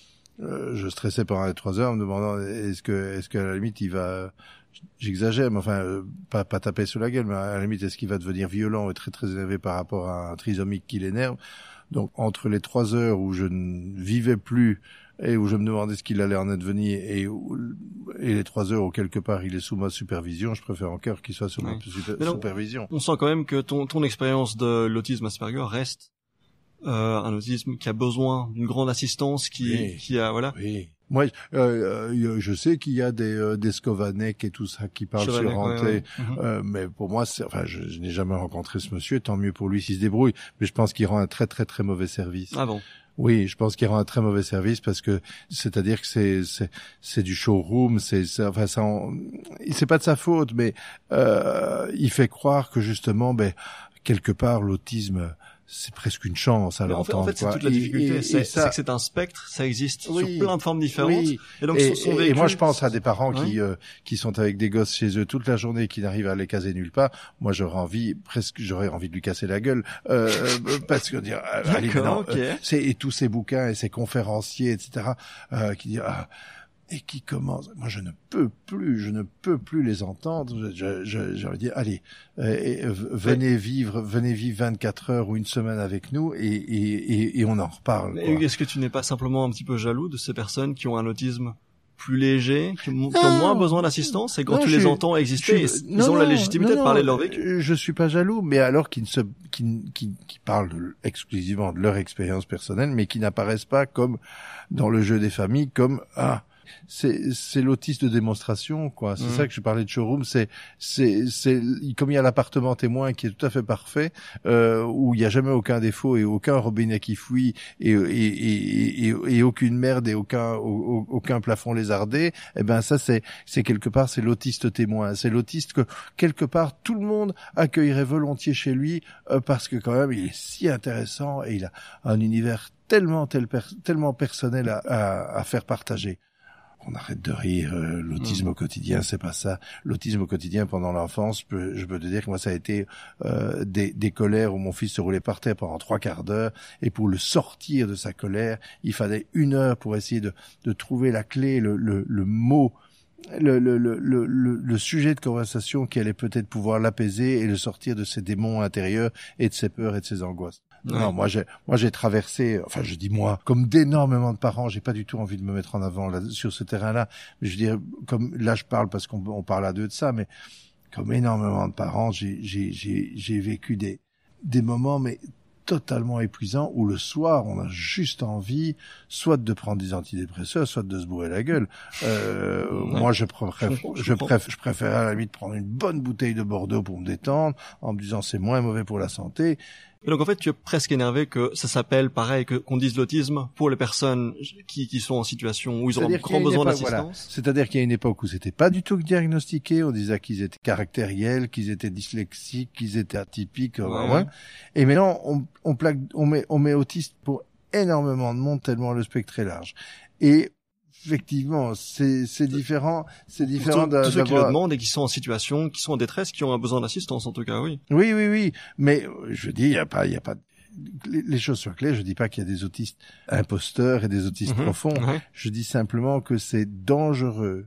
Euh, je stressais pendant les trois heures en me demandant est-ce que, est-ce qu'à la limite il va, j'exagère, mais enfin euh, pas pas taper sur la gueule, mais à la limite est-ce qu'il va devenir violent et très très énervé par rapport à un trisomique qui l'énerve. Donc entre les trois heures où je ne vivais plus et où je me demandais ce qu'il allait en advenir et, où, et les trois heures où quelque part il est sous ma supervision, je préfère encore qu'il soit sous oui. ma super, donc, supervision. On sent quand même que ton, ton expérience de l'autisme Asperger reste euh, un autisme qui a besoin d'une grande assistance, qui, oui. qui a voilà. Oui. Moi, euh, je sais qu'il y a des euh, des Skovanek et tout ça qui parlent Chovanek, sur Hanté, ouais, ouais. euh, mais pour moi, c'est, enfin, je, je n'ai jamais rencontré ce monsieur. Tant mieux pour lui s'il se débrouille, mais je pense qu'il rend un très très très mauvais service. Ah bon. Oui, je pense qu'il rend un très mauvais service parce que c'est-à-dire que c'est c'est c'est du showroom, c'est, c'est enfin ça, en, c'est pas de sa faute, mais euh, il fait croire que justement, ben quelque part l'autisme c'est presque une chance à mais l'entendre. En fait, en fait c'est toute la difficulté. Et, et, c'est, et ça... c'est que c'est un spectre, ça existe oui, sur plein de formes différentes. Oui. Et donc, et, son, son et, véhicule, et moi, je pense à des parents oui. qui euh, qui sont avec des gosses chez eux toute la journée, qui n'arrivent à les caser nulle part. Moi, j'aurais envie, presque, j'aurais envie de lui casser la gueule, euh, parce que dire, allez, maintenant, okay. euh, c'est et tous ces bouquins et ces conférenciers, et cetera, euh, qui disent. Ah, et qui commencent. Moi, je ne peux plus, je ne peux plus les entendre. Je, je, j'ai envie de dire, allez, euh, et, euh, venez vivre, venez vivre vingt-quatre heures ou une semaine avec nous, et, et, et, et on en reparle. Mais quoi. Est-ce que tu n'es pas simplement un petit peu jaloux de ces personnes qui ont un autisme plus léger, qui ont, qui ont moins besoin d'assistance, et quand non, tu les suis, entends exister, suis, ils non, ont la légitimité non, de parler de leur vécu. Je suis pas jaloux, mais alors qu'ils ne se, qui, qui, qui parlent de, exclusivement de leur expérience personnelle, mais qui n'apparaissent pas comme dans le jeu des familles, comme ah. C'est, c'est l'autiste de démonstration, quoi. C'est mmh. ça que je parlais de showroom. C'est, c'est, c'est, comme il y a l'appartement témoin qui est tout à fait parfait, euh, où il n'y a jamais aucun défaut et aucun robinet qui fouille et, et, et, et, et aucune merde et aucun, aucun plafond lézardé. Eh ben, ça, c'est, c'est quelque part, c'est l'autiste témoin. C'est l'autiste que, quelque part, tout le monde accueillerait volontiers chez lui, euh, parce que quand même, il est si intéressant et il a un univers tellement, tel, tellement personnel à, à, à faire partager. On arrête de rire, euh, l'autisme mmh. au quotidien, c'est pas ça. L'autisme au quotidien pendant l'enfance, je peux, je peux te dire que moi ça a été euh, des, des colères où mon fils se roulait par terre pendant trois quarts d'heure, et pour le sortir de sa colère, il fallait une heure pour essayer de, de trouver la clé, le, le, le mot, le, le, le, le, le sujet de conversation qui allait peut-être pouvoir l'apaiser et le sortir de ses démons intérieurs et de ses peurs et de ses angoisses. Ouais. Non, moi j'ai, moi j'ai traversé, enfin je dis moi, comme d'énormément de parents, j'ai pas du tout envie de me mettre en avant là, sur ce terrain-là. Mais je veux dire, comme là je parle parce qu'on on parle à deux de ça, mais comme énormément de parents, j'ai, j'ai, j'ai, j'ai vécu des, des moments, mais totalement épuisants, où le soir on a juste envie, soit de prendre des antidépresseurs, soit de se bourrer la gueule. Euh, ouais. Moi je préfère, je, je préfère, je préfère à la limite prendre une bonne bouteille de Bordeaux pour me détendre, en me disant c'est moins mauvais pour la santé. Et donc en fait, tu es presque énervé que ça s'appelle pareil, que qu'on dise l'autisme pour les personnes qui qui sont en situation où ils ont un grand besoin d'assistance. Voilà. C'est-à-dire qu'il y a une époque où c'était pas du tout diagnostiqué, on disait qu'ils étaient caractériels, qu'ils étaient dyslexiques, qu'ils étaient atypiques, ouais. Ouais. Et maintenant on on plaque, on met on met autiste pour énormément de monde tellement le spectre est large. Et effectivement, c'est c'est différent, c'est différent de tous ceux qui le demandent et qui sont en situation, qui sont en détresse, qui ont un besoin d'assistance en tout cas, oui. Oui, oui, oui. Mais je dis, il y a pas, il y a pas. Les choses sont claires. Je dis pas qu'il y a des autistes imposteurs et des autistes mmh, profonds. Ouais. Je dis simplement que c'est dangereux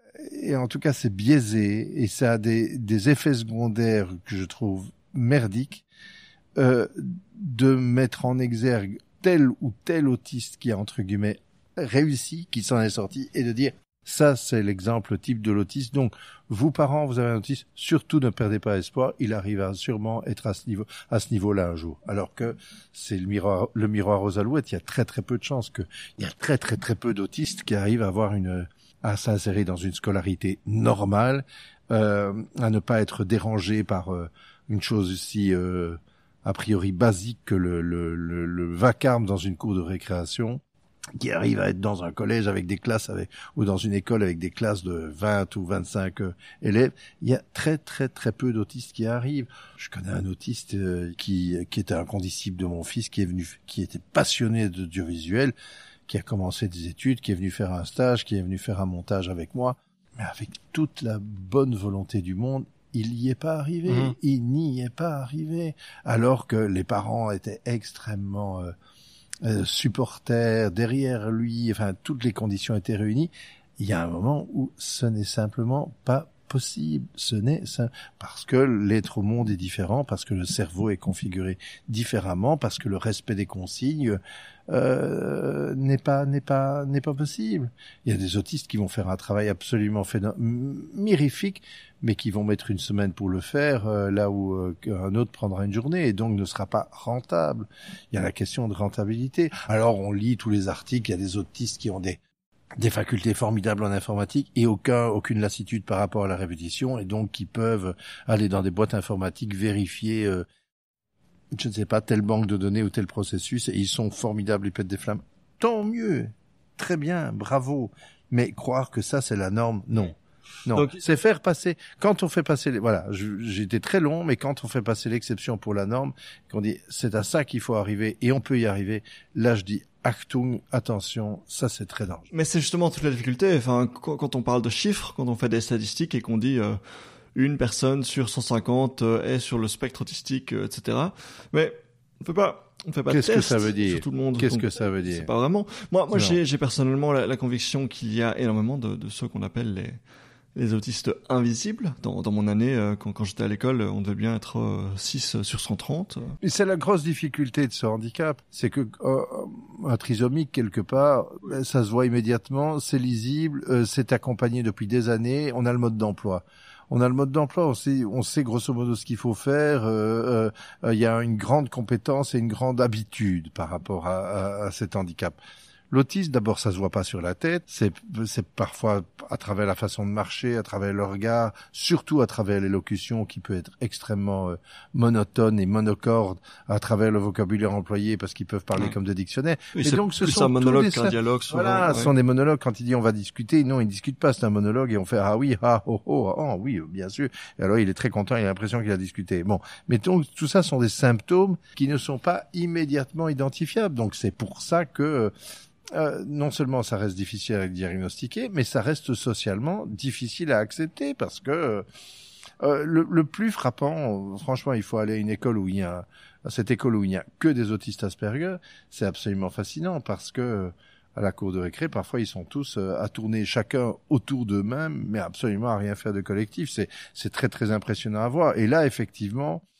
et en tout cas c'est biaisé et ça a des des effets secondaires que je trouve merdiques euh, de mettre en exergue tel ou tel autiste qui a entre guillemets réussi, qui s'en est sorti, et de dire ça c'est l'exemple type de l'autisme. Donc vous parents, vous avez un autiste, surtout ne perdez pas espoir, il arrive à sûrement être à ce niveau à ce niveau-là un jour. Alors que c'est le miroir le miroir aux alouettes, il y a très très peu de chances que il y a très très très peu d'autistes qui arrivent à avoir une à s'insérer dans une scolarité normale, euh, à ne pas être dérangé par euh, une chose aussi euh, a priori basique que le le le, le vacarme dans une cour de récréation, qui arrive à être dans un collège avec des classes avec, ou dans une école avec des classes de vingt ou vingt-cinq euh, élèves, il y a très très très peu d'autistes qui arrivent. Je connais un autiste euh, qui qui était un condisciple de mon fils, qui est venu, qui était passionné d'audiovisuel, qui a commencé des études, qui est venu faire un stage, qui est venu faire un montage avec moi, mais avec toute la bonne volonté du monde, il n'y est pas arrivé, mmh. il n'y est pas arrivé, alors que les parents étaient extrêmement euh, Euh, supporters derrière lui, enfin toutes les conditions étaient réunies. Il y a un moment où ce n'est simplement pas possible. Ce n'est ça parce que l'être au monde est différent, parce que le cerveau est configuré différemment, parce que le respect des consignes euh, n'est pas n'est pas n'est pas possible. Il y a des autistes qui vont faire un travail absolument phénom- mirifique, mais qui vont mettre une semaine pour le faire, euh, là où euh, un autre prendra une journée et donc ne sera pas rentable. Il y a la question de rentabilité. Alors on lit tous les articles, il y a des autistes qui ont des des facultés formidables en informatique et aucun aucune lassitude par rapport à la répétition et donc qui peuvent aller dans des boîtes informatiques vérifier euh, je ne sais pas telle banque de données ou tel processus et ils sont formidables, ils pètent des flammes. Tant mieux, très bien, bravo. Mais croire que ça c'est la norme, non. Non, donc, c'est faire passer, quand on fait passer les, voilà, je, j'ai été très long, mais quand on fait passer l'exception pour la norme, qu'on dit c'est à ça qu'il faut arriver et on peut y arriver, là je dis Achtung, attention, ça c'est très dangereux. Mais c'est justement toute la difficulté, enfin, quand on parle de chiffres, quand on fait des statistiques et qu'on dit euh, une personne sur cent cinquante euh, est sur le spectre autistique, euh, et cetera. Mais on peut pas, on fait pas Qu'est-ce de test que ça veut dire sur tout le monde. Qu'est-ce donc, que ça veut dire C'est pas vraiment. Moi, moi, j'ai, j'ai personnellement la, la conviction qu'il y a énormément de, de ceux qu'on appelle les les autistes invisibles. Dans, dans mon année, euh, quand, quand j'étais à l'école, on devait bien être euh, six sur cent trente. Et c'est la grosse difficulté de ce handicap, c'est que euh, un trisomique quelque part, ça se voit immédiatement, c'est lisible, euh, c'est accompagné depuis des années, on a le mode d'emploi. On a le mode d'emploi, on sait, on sait grosso modo ce qu'il faut faire. Il euh, euh, y a une grande compétence et une grande habitude par rapport à, à, à cet handicap. L'autisme, d'abord, ça se voit pas sur la tête. C'est, c'est parfois à travers la façon de marcher, à travers le regard, surtout à travers l'élocution qui peut être extrêmement euh, monotone et monocorde, à travers le vocabulaire employé parce qu'ils peuvent parler ouais. comme des dictionnaires. Oui, et c'est donc, ce plus sont un monologue des... qu'un dialogue. Souvent, voilà, ouais. ce sont des monologues. Quand il dit on va discuter, non, il discute pas. C'est un monologue et on fait ah oui, ah oh oh, oh oui, bien sûr. Et alors il est très content, il a l'impression qu'il a discuté. Bon, mais donc tout ça sont des symptômes qui ne sont pas immédiatement identifiables. Donc c'est pour ça que Euh, non seulement ça reste difficile à diagnostiquer, mais ça reste socialement difficile à accepter parce que euh, le, le plus frappant, euh, franchement, il faut aller à une école où il y a, à cette école où il n'y a que des autistes Asperger, c'est absolument fascinant parce que à la cour de récré, parfois ils sont tous euh, à tourner chacun autour d'eux-mêmes, mais absolument à rien faire de collectif. C'est c'est très très impressionnant à voir. Et là, effectivement,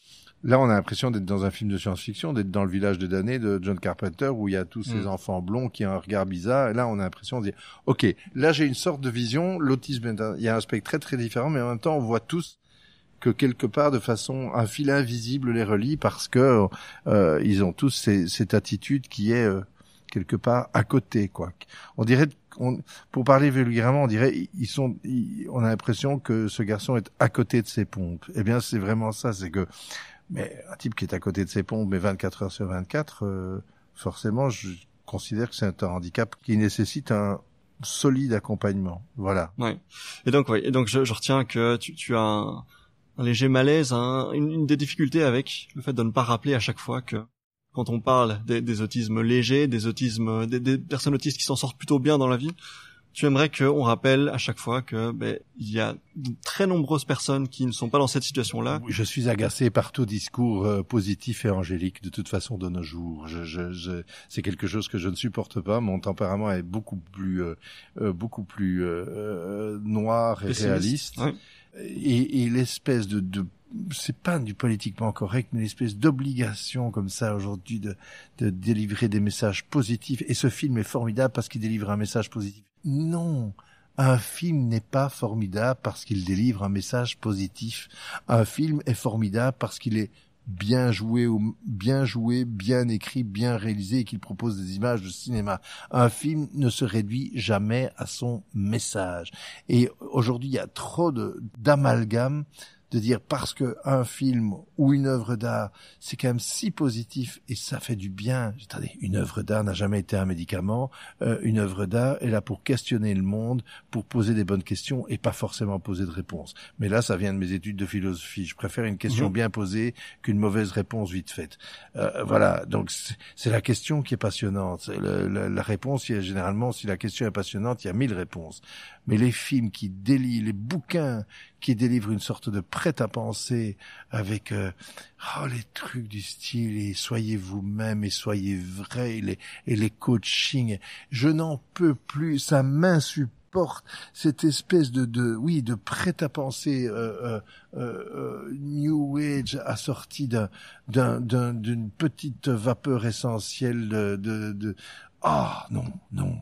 Là, on a l'impression d'être dans un film de science-fiction, d'être dans le village de damnés de John Carpenter, où il y a tous ces mmh. enfants blonds qui ont un regard bizarre. Et là, on a l'impression de dire, OK, là, j'ai une sorte de vision. L'autisme, il y a un aspect très, très différent, mais en même temps, on voit tous que quelque part, de façon, un fil invisible les relie parce que euh, ils ont tous ces, cette attitude qui est euh, quelque part à côté, quoi. On dirait, on, pour parler vulgairement, on dirait, ils sont, ils, on a l'impression que ce garçon est à côté de ses pompes. Eh bien, c'est vraiment ça, c'est que, mais un type qui est à côté de ses pompes, mais vingt-quatre heures sur vingt-quatre, euh, forcément, je considère que c'est un handicap qui nécessite un solide accompagnement. Voilà. Ouais. Et donc, ouais. Et donc, je, je retiens que tu, tu as un, un léger malaise, hein, une, une des difficultés avec le fait de ne pas rappeler à chaque fois que quand on parle des, des autismes légers, des autismes, des, des personnes autistes qui s'en sortent plutôt bien dans la vie, tu aimerais qu'on rappelle à chaque fois que ben il y a de très nombreuses personnes qui ne sont pas dans cette situation-là. Je suis agacé par tout discours euh, positif et angélique de toute façon de nos jours. Je, je, je, c'est quelque chose que je ne supporte pas. Mon tempérament est beaucoup plus, euh, euh, beaucoup plus euh, euh, noir et pessimiste. Réaliste. Ouais. Et, et l'espèce de, de c'est pas du politiquement correct, mais l'espèce d'obligation comme ça aujourd'hui de, de délivrer des messages positifs. Et ce film est formidable parce qu'il délivre un message positif. Non, un film n'est pas formidable parce qu'il délivre un message positif. Un film est formidable parce qu'il est bien joué, bien joué, bien écrit, bien réalisé et qu'il propose des images de cinéma. Un film ne se réduit jamais à son message. Et aujourd'hui, il y a trop de, d'amalgame de dire parce que un film ou une œuvre d'art, c'est quand même si positif et ça fait du bien. Attendez, une œuvre d'art n'a jamais été un médicament. Euh, une œuvre d'art est là pour questionner le monde, pour poser des bonnes questions et pas forcément poser de réponses. Mais là, ça vient de mes études de philosophie. Je préfère une question mmh. bien posée qu'une mauvaise réponse vite faite. Euh, voilà, donc c'est, c'est la question qui est passionnante. Le, la, la réponse, il y a, généralement, si la question est passionnante, il y a mille réponses. Mais les films qui délivrent, les bouquins qui délivrent une sorte de prêt-à-penser avec euh, oh, les trucs du style et soyez vous-même et soyez vrai et les, et les coachings, je n'en peux plus, ça m'insupporte cette espèce de, de oui de prêt-à-penser euh, euh, euh, New Age assorti d'un, d'un, d'un, d'une petite vapeur essentielle de, de, de ah non non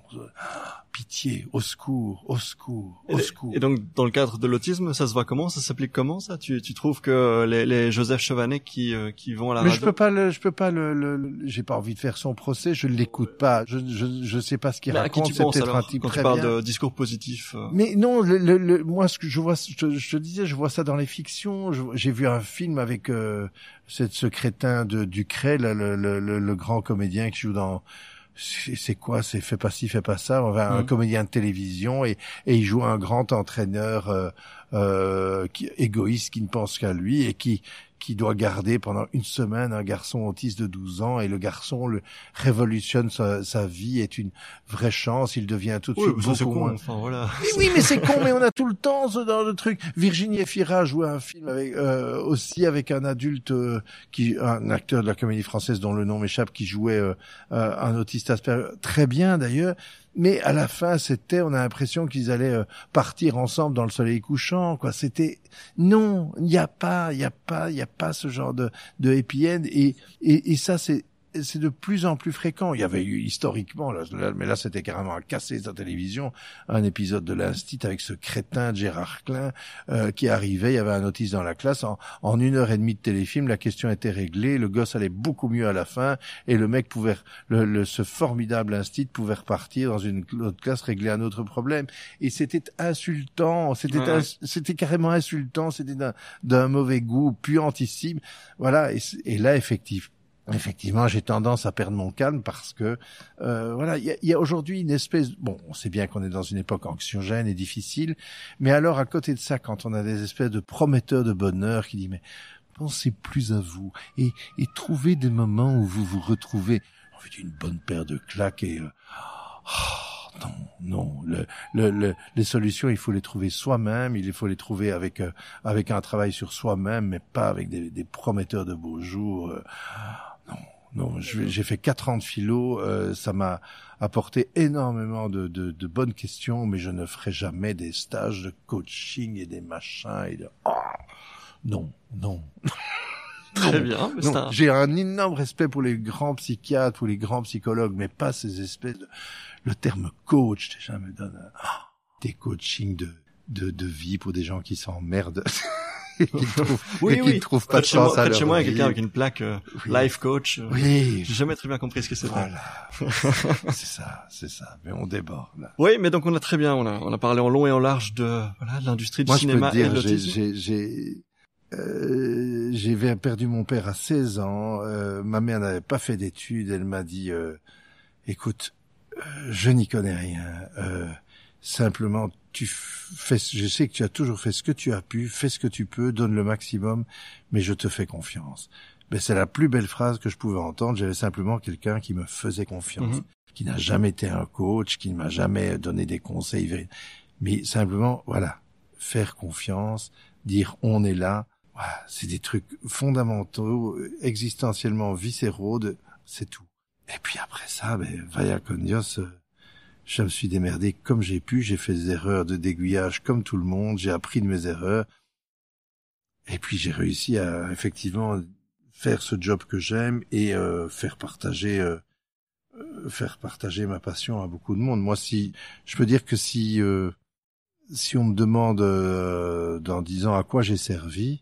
pitié, au secours, au secours, au et, secours. Et donc, dans le cadre de l'autisme, ça se voit comment? Ça s'applique comment, ça? Tu, tu trouves que les, les Joseph Chevanet qui, euh, qui vont à la Mais radio... je peux pas le, je peux pas le, le, le j'ai pas envie de faire son procès, je ne l'écoute pas, je, je, je sais pas ce qu'il Mais raconte, à qui tu c'est penses, peut-être alors, un type quand très tu parles bien. de discours positif? Euh... Mais non, le, le, le, moi, ce que je vois, je te, je te disais, je vois ça dans les fictions, je, j'ai vu un film avec, euh, cette, ce crétin de Ducret, là, le, le, le, le grand comédien qui joue dans, C'est, c'est quoi? C'est fais pas ci, fais pas ça. Enfin, mmh. un comédien de télévision et, et il joue un grand entraîneur euh, euh, qui, égoïste qui ne pense qu'à lui et qui qui doit garder pendant une semaine un garçon autiste de douze ans et le garçon le révolutionne sa, sa vie, est une vraie chance, il devient tout de oui, suite beaucoup c'est con, moins. Enfin, voilà. Oui, oui, mais c'est con, mais on a tout le temps ce genre de truc. Virginie Efira jouait un film avec euh, aussi avec un adulte euh, qui un acteur de la comédie française dont le nom m'échappe qui jouait euh, euh, un autiste Asperger très bien d'ailleurs. Mais à la fin, c'était, on a l'impression qu'ils allaient euh, partir ensemble dans le soleil couchant, quoi. C'était, non, il n'y a pas, il y a pas, il y a pas ce genre de, de happy end et, et, et ça, c'est, c'est de plus en plus fréquent. Il y avait eu historiquement, là, là, mais là c'était carrément à casser sa télévision, un épisode de l'Instit avec ce crétin de Gérard Klein euh, qui arrivait, il y avait un autiste dans la classe, en, en une heure et demie de téléfilm, la question était réglée, le gosse allait beaucoup mieux à la fin, et le mec pouvait, le, le, ce formidable Instit pouvait repartir dans une autre classe, régler un autre problème. Et c'était insultant, c'était, ouais. ins, c'était carrément insultant, c'était d'un, d'un mauvais goût puantissime. Voilà, et, et là, effectivement, Effectivement, j'ai tendance à perdre mon calme parce que euh, voilà, il y a, y a aujourd'hui une espèce. Bon, on sait bien qu'on est dans une époque anxiogène et difficile, mais alors à côté de ça, quand on a des espèces de prometteurs de bonheur qui disent mais pensez plus à vous et, et trouvez des moments où vous vous retrouvez. En fait, une bonne paire de claques et euh, oh, non, non. Le, le, le, les solutions, il faut les trouver soi-même. Il faut les trouver avec euh, avec un travail sur soi-même, mais pas avec des, des prometteurs de beaux jours. Euh, Non, non, je, j'ai fait quatre ans de philo, euh, ça m'a apporté énormément de, de, de bonnes questions, mais je ne ferai jamais des stages de coaching et des machins et de... Oh, non, non. Très bien. Mais non, un... J'ai un énorme respect pour les grands psychiatres, pour les grands psychologues, mais pas ces espèces de... Le terme coach, déjà, me donne oh, des coachings de, de, de vie pour des gens qui s'emmerdent. et qui trouvent, oui, et oui. qui trouvent pas de chez chance moi, à leur leur chez moi, il y a vie. quelqu'un avec une plaque euh, oui. life coach. Euh, oui. J'ai jamais très bien compris ce que c'était. Voilà. c'est ça, c'est ça. Mais on déborde, là. Oui, mais donc on a très bien, on a, on a parlé en long et en large de, voilà, de l'industrie du Moi, cinéma je peux te dire, et de l'autisme. j'ai, j'ai, j'ai, euh, j'ai perdu mon père à seize ans. Euh, ma mère n'avait pas fait d'études. Elle m'a dit, euh, écoute, euh, je n'y connais rien. Euh, simplement, tu fais, je sais que tu as toujours fait ce que tu as pu, fais ce que tu peux, donne le maximum, mais je te fais confiance. Ben, c'est la plus belle phrase que je pouvais entendre. J'avais simplement quelqu'un qui me faisait confiance, mm-hmm. qui n'a jamais été un coach, qui ne m'a jamais donné des conseils, mais simplement, voilà, faire confiance, dire on est là. Voilà, c'est des trucs fondamentaux, existentiellement viscéraux, de, c'est tout. Et puis après ça, ben, vaya con Dios, euh, je me suis démerdé comme j'ai pu, j'ai fait des erreurs de d'aiguillage comme tout le monde, j'ai appris de mes erreurs. Et puis j'ai réussi à, effectivement, faire ce job que j'aime et euh, faire partager euh, faire partager ma passion à beaucoup de monde. Moi, si je peux dire que si euh, si on me demande euh, dans dix ans à quoi j'ai servi,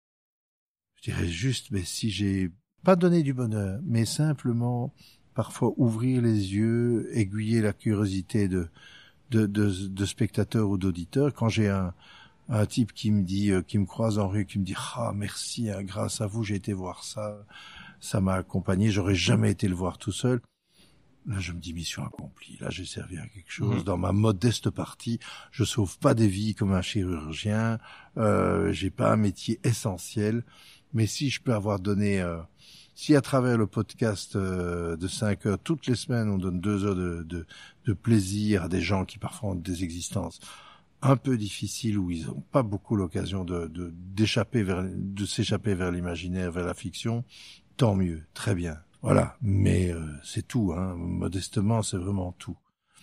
je dirais juste, mais si j'ai pas donné du bonheur, mais simplement parfois ouvrir les yeux, aiguiller la curiosité de de de, de spectateurs ou d'auditeurs. Quand j'ai un un type qui me dit, euh, qui me croise en rue, qui me dit ah merci, hein, grâce à vous j'ai été voir ça, ça m'a accompagné, j'aurais jamais été le voir tout seul. Là, je me dis mission accomplie. Là, j'ai servi à quelque chose. Mmh. Dans ma modeste partie, je sauve pas des vies comme un chirurgien. Euh, j'ai pas un métier essentiel, mais si je peux avoir donné, euh, si à travers le podcast euh, de cinq heures toutes les semaines, on donne deux heures de, de, de plaisir à des gens qui parfois ont des existences un peu difficiles où ils ont pas beaucoup l'occasion de, de d'échapper vers, de s'échapper vers l'imaginaire, vers la fiction, tant mieux, très bien. Voilà, mais euh, c'est tout, hein. Modestement, c'est vraiment tout.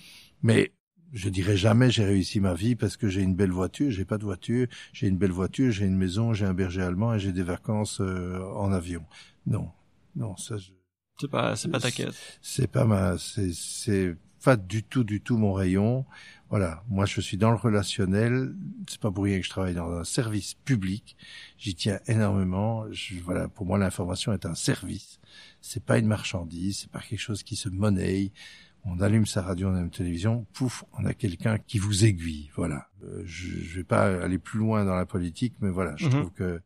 Mais je dirais jamais j'ai réussi ma vie parce que j'ai une belle voiture, j'ai pas de voiture, j'ai une belle voiture, j'ai une maison, j'ai un berger allemand et j'ai des vacances euh, en avion. Non, non, ça je... C'est pas, c'est pas ta quête. C'est pas ma, c'est, c'est pas du tout, du tout mon rayon. Voilà, moi je suis dans le relationnel. C'est pas pour rien que je travaille dans un service public. J'y tiens énormément. Je, voilà, pour moi l'information est un service. C'est pas une marchandise. C'est pas quelque chose qui se monnaie. On allume sa radio, on allume la télévision. Pouf, on a quelqu'un qui vous aiguille. Voilà. Euh, je, je vais pas aller plus loin dans la politique, mais voilà, je mm-hmm. trouve que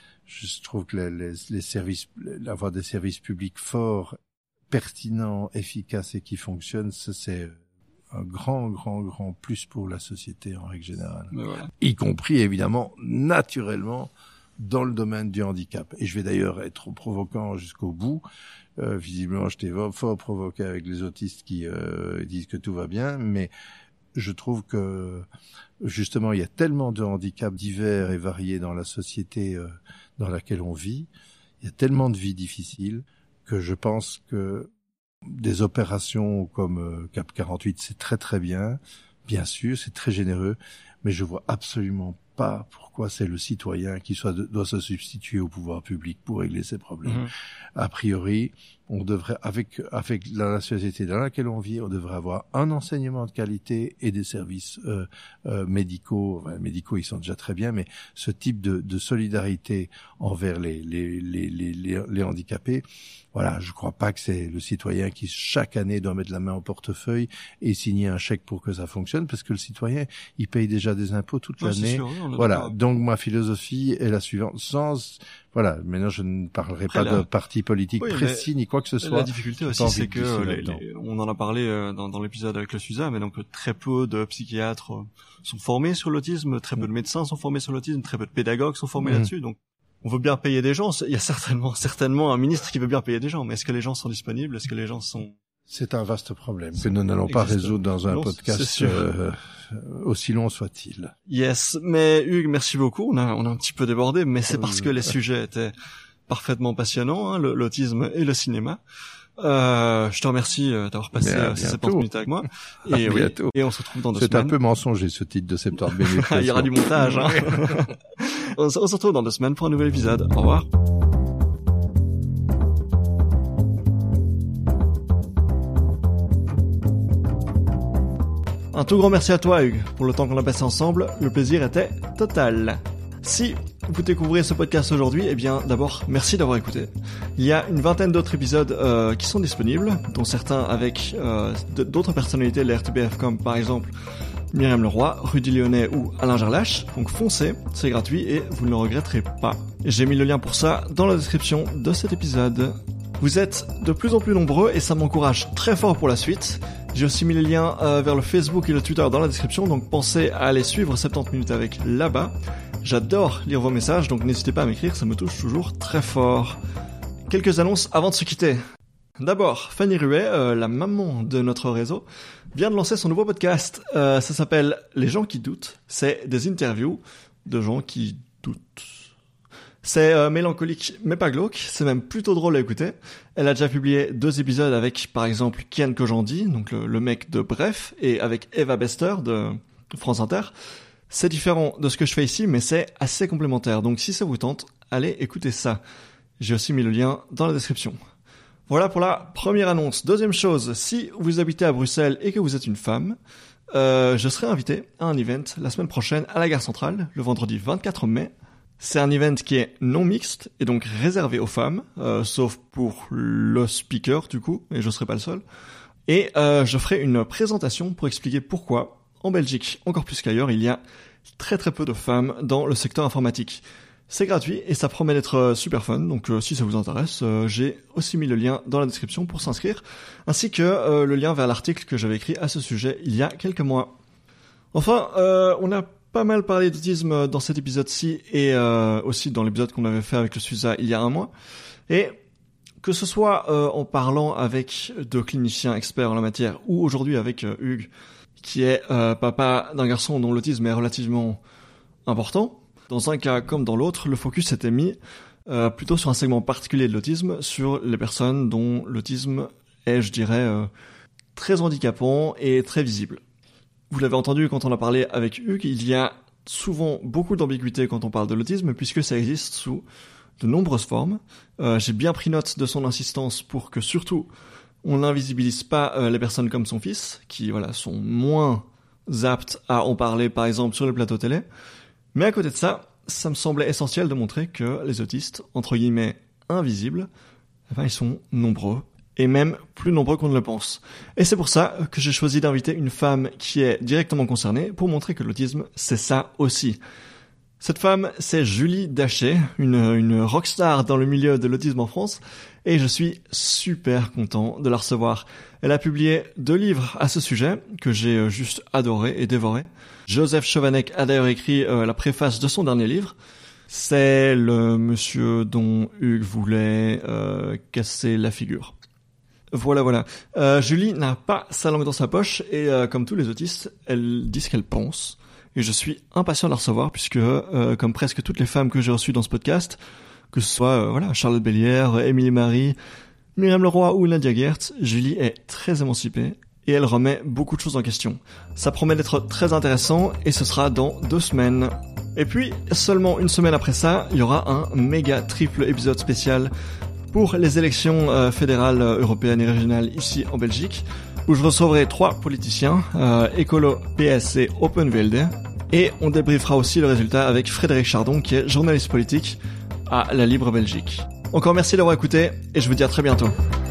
je trouve que les, les, les services, avoir des services publics forts, pertinents, efficaces et qui fonctionnent, ça c'est un grand, grand, grand plus pour la société en règle générale. Voilà. Y compris, évidemment, naturellement, dans le domaine du handicap. Et je vais d'ailleurs être provoquant jusqu'au bout. Euh, visiblement, j'étais fort provoqué avec les autistes qui euh, disent que tout va bien, mais je trouve que, justement, il y a tellement de handicaps divers et variés dans la société euh, dans laquelle on vit, il y a tellement de vies difficiles que je pense que des opérations comme euh, Cap quarante-huit, c'est très très bien, bien sûr, c'est très généreux, mais je vois absolument pas pourquoi c'est le citoyen qui soit, doit se substituer au pouvoir public pour régler ses problèmes. Mmh. A priori, on devrait, avec, avec la société dans laquelle on vit, on devrait avoir un enseignement de qualité et des services euh, euh, médicaux. Enfin, médicaux, ils sont déjà très bien, mais ce type de, de solidarité envers les, les, les, les, les, les handicapés, voilà, je crois pas que c'est le citoyen qui chaque année doit mettre la main au portefeuille et signer un chèque pour que ça fonctionne, parce que le citoyen, il paye déjà des impôts toute ouais, l'année. Sûr, voilà. Donc ma philosophie est la suivante. Sans, voilà, maintenant je ne parlerai Après, pas là... de parti politique oui, précis ni quoi que ce soit. La difficulté aussi, c'est que les, les, on en a parlé dans, dans l'épisode avec le SUSA, mais donc très peu de psychiatres sont formés sur l'autisme, très peu de médecins sont formés sur l'autisme, très peu de pédagogues sont formés mmh. là-dessus. Donc on veut bien payer des gens. Il y a certainement, certainement un ministre qui veut bien payer des gens, mais est-ce que les gens sont disponibles? Est-ce que les gens sont... C'est un vaste problème que nous n'allons pas résoudre dans un non, podcast euh, aussi long soit-il. Yes, mais Hugues, merci beaucoup. On a, on a un petit peu débordé, mais c'est parce que les sujets étaient parfaitement passionnants, hein, l'autisme et le cinéma. Euh, je te remercie d'avoir passé ces septante minutes avec moi. Et, oui, et on se retrouve dans deux C'est semaines. C'est un peu mensonger ce titre de septante minutes. Il y aura du montage. Hein. on, on se retrouve dans deux semaines pour un nouvel épisode. Au revoir. un tout grand merci à toi Hugues pour le temps qu'on a passé ensemble, le plaisir était total. Si vous découvrez ce podcast aujourd'hui, eh bien d'abord merci d'avoir écouté. Il y a une vingtaine d'autres épisodes euh, qui sont disponibles, dont certains avec euh, d'autres personnalités de la R T B F comme par exemple Myriam Leroy, Rudy Lyonnais ou Alain Gerlache. Donc foncez, c'est gratuit et vous ne le regretterez pas. J'ai mis le lien pour ça dans la description de cet épisode. Vous êtes de plus en plus nombreux et ça m'encourage très fort pour la suite. J'ai aussi mis les liens euh, vers le Facebook et le Twitter dans la description, donc pensez à aller suivre soixante-dix minutes avec là-bas. J'adore lire vos messages, donc n'hésitez pas à m'écrire, ça me touche toujours très fort. Quelques annonces avant de se quitter. D'abord, Fanny Ruet, euh, la maman de notre réseau, vient de lancer son nouveau podcast. Euh, ça s'appelle Les gens qui doutent. C'est des interviews de gens qui doutent. C'est euh, mélancolique mais pas glauque, c'est même plutôt drôle à écouter. Elle a déjà publié deux épisodes avec par exemple Kian Kojandi, donc le, le mec de Bref, et avec Eva Bester de France Inter. C'est différent de ce que je fais ici, mais c'est assez complémentaire, donc si ça vous tente, allez écouter ça. J'ai aussi mis le lien dans la description. Voilà pour la première annonce. Deuxième chose, si vous habitez à Bruxelles et que vous êtes une femme, euh, je serai invité à un event la semaine prochaine à la Gare Centrale, le vendredi vingt-quatre mai. C'est un event qui est non mixte et donc réservé aux femmes, euh, sauf pour le speaker du coup, et je serai pas le seul. Et euh, je ferai une présentation pour expliquer pourquoi, en Belgique, encore plus qu'ailleurs, il y a très très peu de femmes dans le secteur informatique. C'est gratuit et ça promet d'être super fun, donc euh, si ça vous intéresse, euh, j'ai aussi mis le lien dans la description pour s'inscrire, ainsi que euh, le lien vers l'article que j'avais écrit à ce sujet il y a quelques mois. Enfin, euh, on a pas mal parlé d'autisme dans cet épisode-ci et euh, aussi dans l'épisode qu'on avait fait avec le Suza il y a un mois. Et que ce soit euh, en parlant avec de cliniciens experts en la matière ou aujourd'hui avec euh, Hugues, qui est euh, papa d'un garçon dont l'autisme est relativement important, dans un cas comme dans l'autre, le focus s'était mis euh, plutôt sur un segment particulier de l'autisme, sur les personnes dont l'autisme est, je dirais, euh, très handicapant et très visible. Vous l'avez entendu quand on a parlé avec Hugues, il y a souvent beaucoup d'ambiguïté quand on parle de l'autisme puisque ça existe sous de nombreuses formes. Euh, j'ai bien pris note de son insistance pour que surtout on n'invisibilise pas euh, les personnes comme son fils, qui voilà sont moins aptes à en parler par exemple sur le plateau télé. Mais à côté de ça, ça me semblait essentiel de montrer que les autistes, entre guillemets invisibles, enfin, ils sont nombreux. Et même plus nombreux qu'on ne le pense. Et c'est pour ça que j'ai choisi d'inviter une femme qui est directement concernée pour montrer que l'autisme, c'est ça aussi. Cette femme, c'est Julie Daché, une, une rockstar dans le milieu de l'autisme en France, et je suis super content de la recevoir. Elle a publié deux livres à ce sujet, que j'ai juste adoré et dévoré. Joseph Chovanec a d'ailleurs écrit euh, la préface de son dernier livre. C'est le monsieur dont Hugues voulait euh, casser la figure. Voilà, voilà. Euh, Julie n'a pas sa langue dans sa poche et euh, comme tous les autistes, elle dit ce qu'elle pense. Et je suis impatient de la recevoir puisque, euh, comme presque toutes les femmes que j'ai reçues dans ce podcast, que ce soit euh, voilà Charlotte Bellière, Émilie Marie, Myriam Leroy ou Nadia Gertz, Julie est très émancipée et elle remet beaucoup de choses en question. Ça promet d'être très intéressant et ce sera dans deux semaines. Et puis, seulement une semaine après ça, il y aura un méga triple épisode spécial pour les élections euh, fédérales, euh, européennes et régionales ici en Belgique, où je recevrai trois politiciens, euh, Écolo, P S et Open V L D, et on débriefera aussi le résultat avec Frédéric Chardon, qui est journaliste politique à La Libre Belgique. Encore merci d'avoir écouté, et je vous dis à très bientôt.